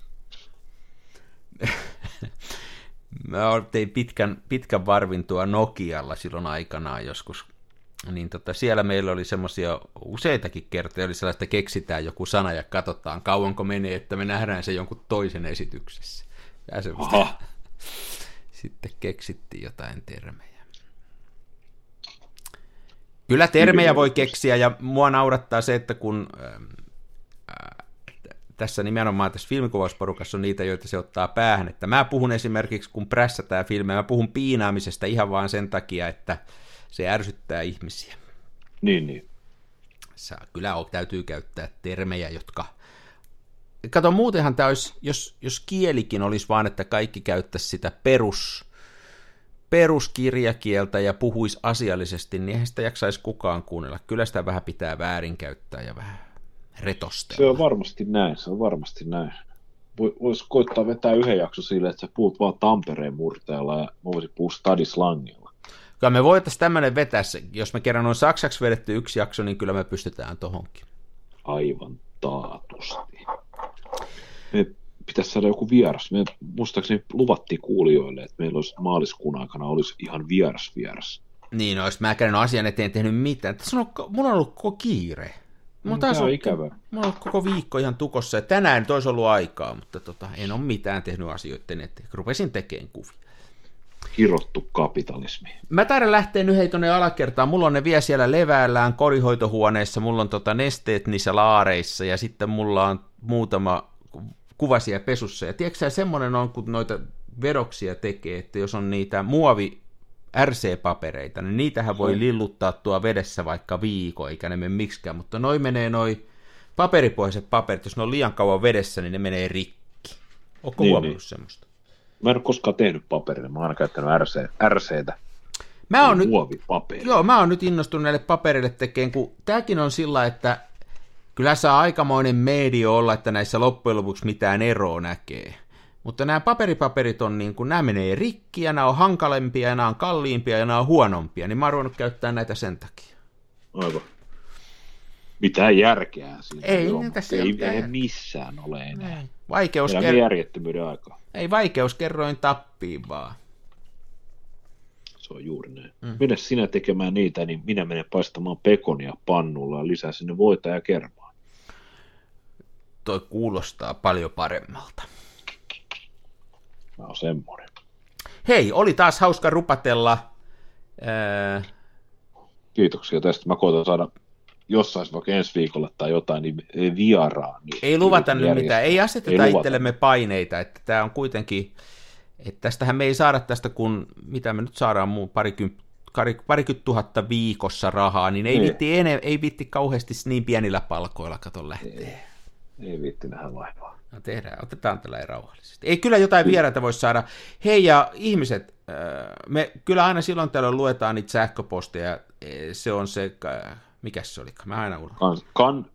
Mä tein pitkän varvin tuo Nokialla silloin aikanaan joskus. Niin siellä meillä oli semmoisia useitakin kertoja, oli sellaista, että keksitään joku sana ja katsotaan kauanko menee, että me nähdään se jonkun toisen esityksessä. Ja sitten keksittiin jotain termejä. Kyllä termejä voi keksiä ja mua naurattaa se, että kun tässä nimenomaan tässä filmikuvausporukassa on niitä, joita se ottaa päähän, että mä puhun esimerkiksi, kun prässätään filmejä, mä puhun piinaamisesta ihan vaan sen takia, että se ärsyttää ihmisiä. Niin. Kyllä täytyy käyttää termejä, jotka... Kato, muutenhan tämä olisi, jos kielikin olisi vaan, että kaikki käyttäisi sitä peruskirjakieltä ja puhuisi asiallisesti, niin eihän sitä jaksaisi kukaan kuunnella. Kyllä sitä vähän pitää väärinkäyttää ja vähän retostella. Se on varmasti näin. Voisi koittaa vetää yhden jakson sille, että sä puhut vaan Tampereen murteella ja mä voisin puhua stadislangilla. Kyllä me voitaisiin tämmöinen vetää, jos me kerran on saksaksi vedetty yksi jakso, niin kyllä me pystytään tohonkin. Aivan taatusti. Me pitäisi saada joku vieras. Me muistaakseni luvattiin kuulijoille, että meillä olisi maaliskuun aikana olisi ihan vieras. Niin, olisi mä käynyt asian eteen tehnyt mitään. Mulla on ollut koko kiire. Tämä on ikävää. Mulla on ollut koko viikko ihan tukossa ja tänään nyt olisi ollut aikaa, mutta en ole mitään tehnyt asioiden eteen. Rupesin tekemään kuvia. Kirottu kapitalismi. Mä taidan lähteä nyt tuonne alakertaan. Mulla on ne vielä siellä levällään kodinhoitohuoneessa. Mulla on nesteet niissä laareissa ja sitten mulla on muutama kuvasia pesussa. Ja tiedätkö sä, semmoinen on, kun noita vedoksia tekee, että jos on niitä muovi RC-papereita, niin niitähän voi lilluttaa tuo vedessä vaikka viikon, eikä ne mene miksikään, mutta noi paperipohjaiset paperit, jos ne on liian kauan vedessä, niin ne menee rikki. Ootko huomannut semmoista? Mä en ole koskaan tehnyt paperilla, mä oon aina käyttänyt RCtä. Mä oon nyt innostunut näille paperille tekemään, kun tääkin on sillä, että kyllä saa aikamoinen medio olla, että näissä loppujen lopuksi mitään eroa näkee. Mutta nämä paperipaperit on niin kuin, nämä menee rikki ja nämä on hankalempia ja nämä on kalliimpia ja nämä on huonompia, niin mä oon ruvennut käyttää näitä sen takia. Aivan. Mitään järkeä siinä. Ei missään ole enää. Järjettömyyden aikaa. Ei vaikeuskerroin tappiin vaan. Se on juuri näin. Mene sinä tekemään niitä, niin minä menen paistamaan pekonia pannulla ja lisää sinne voita ja kermaa. Toi kuulostaa paljon paremmalta. Mä oon semmoinen. Hei, oli taas hauska rupatella. Kiitoksia tästä. Mä koitan saada jos saisi vaikka ensi viikolla tai jotain, niin vieraan. Niin ei luvata nyt mitään, ei aseteta itsellemme paineita, että tämä on kuitenkin, että tästähän me ei saada tästä, kun mitä me nyt saadaan parikymmentä tuhatta viikossa rahaa, niin ei viitti kauheasti niin pienillä palkoilla kato lähtee. Ei viitti nähdä vaivaa. No otetaan tällä rauhallisesti. Ei kyllä jotain vieraita voisi saada. Hei ja ihmiset, me kyllä aina silloin tällöin luetaan niitä sähköposteja, se on se, mikäs se olikaan, mä aina unohdan.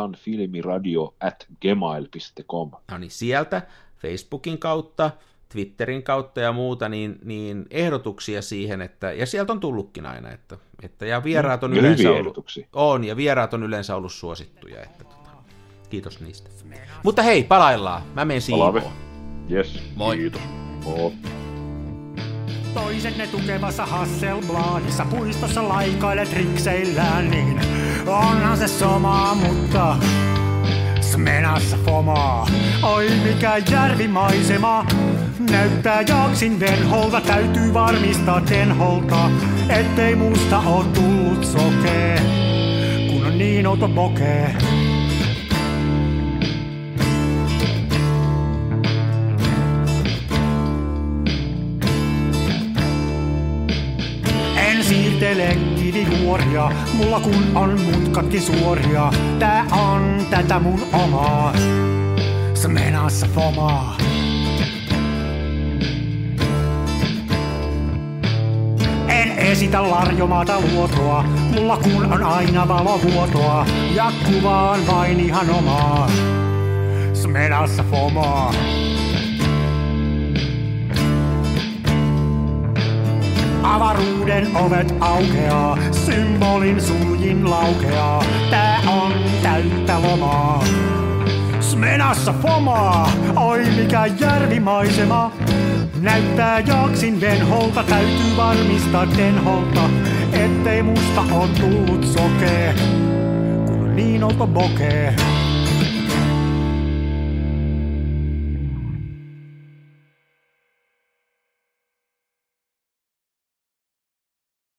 kansanfilmiradio@gmail.com. No niin, sieltä Facebookin kautta, Twitterin kautta ja muuta, niin ehdotuksia siihen, että, ja sieltä on tullutkin aina, että ja vieraat on yleensä ollut, ja vieraat on yleensä ollut suosittuja, että kiitos niistä. Mutta hei, palaillaan. Mä menen siivoon. Yes, moi. Kiitos. Moi. Toiset ne tukevassa Hasselbladissa puistossa laikailet rikseillään, niin onhan se sama, mutta Smenassa fomaa. Oi mikä järvimaisema, näyttää jaksin venholta, täytyy varmistaa tenholta, ettei musta oo tullut sokee, kun on niin outo bokee. Siirtele kivijuoria, mulla kun on mutkatkin suoria. Tää on tätä mun omaa, Smenassa fomaa. En esitä larjomaata luotoa, mulla kun on aina valovuotoa. Ja kuvaan vain ihan omaa, Smenassa fomaa. Avaruuden ovet aukeaa, symbolin suljin laukeaa. Tää on täyttä lomaa, Smenassa fomaa. Oi mikä järvimaisema, näyttää jaksin venholta, täytyy varmistaa tenholta, ettei musta oo tullut sokee, kun on niin outo bokee.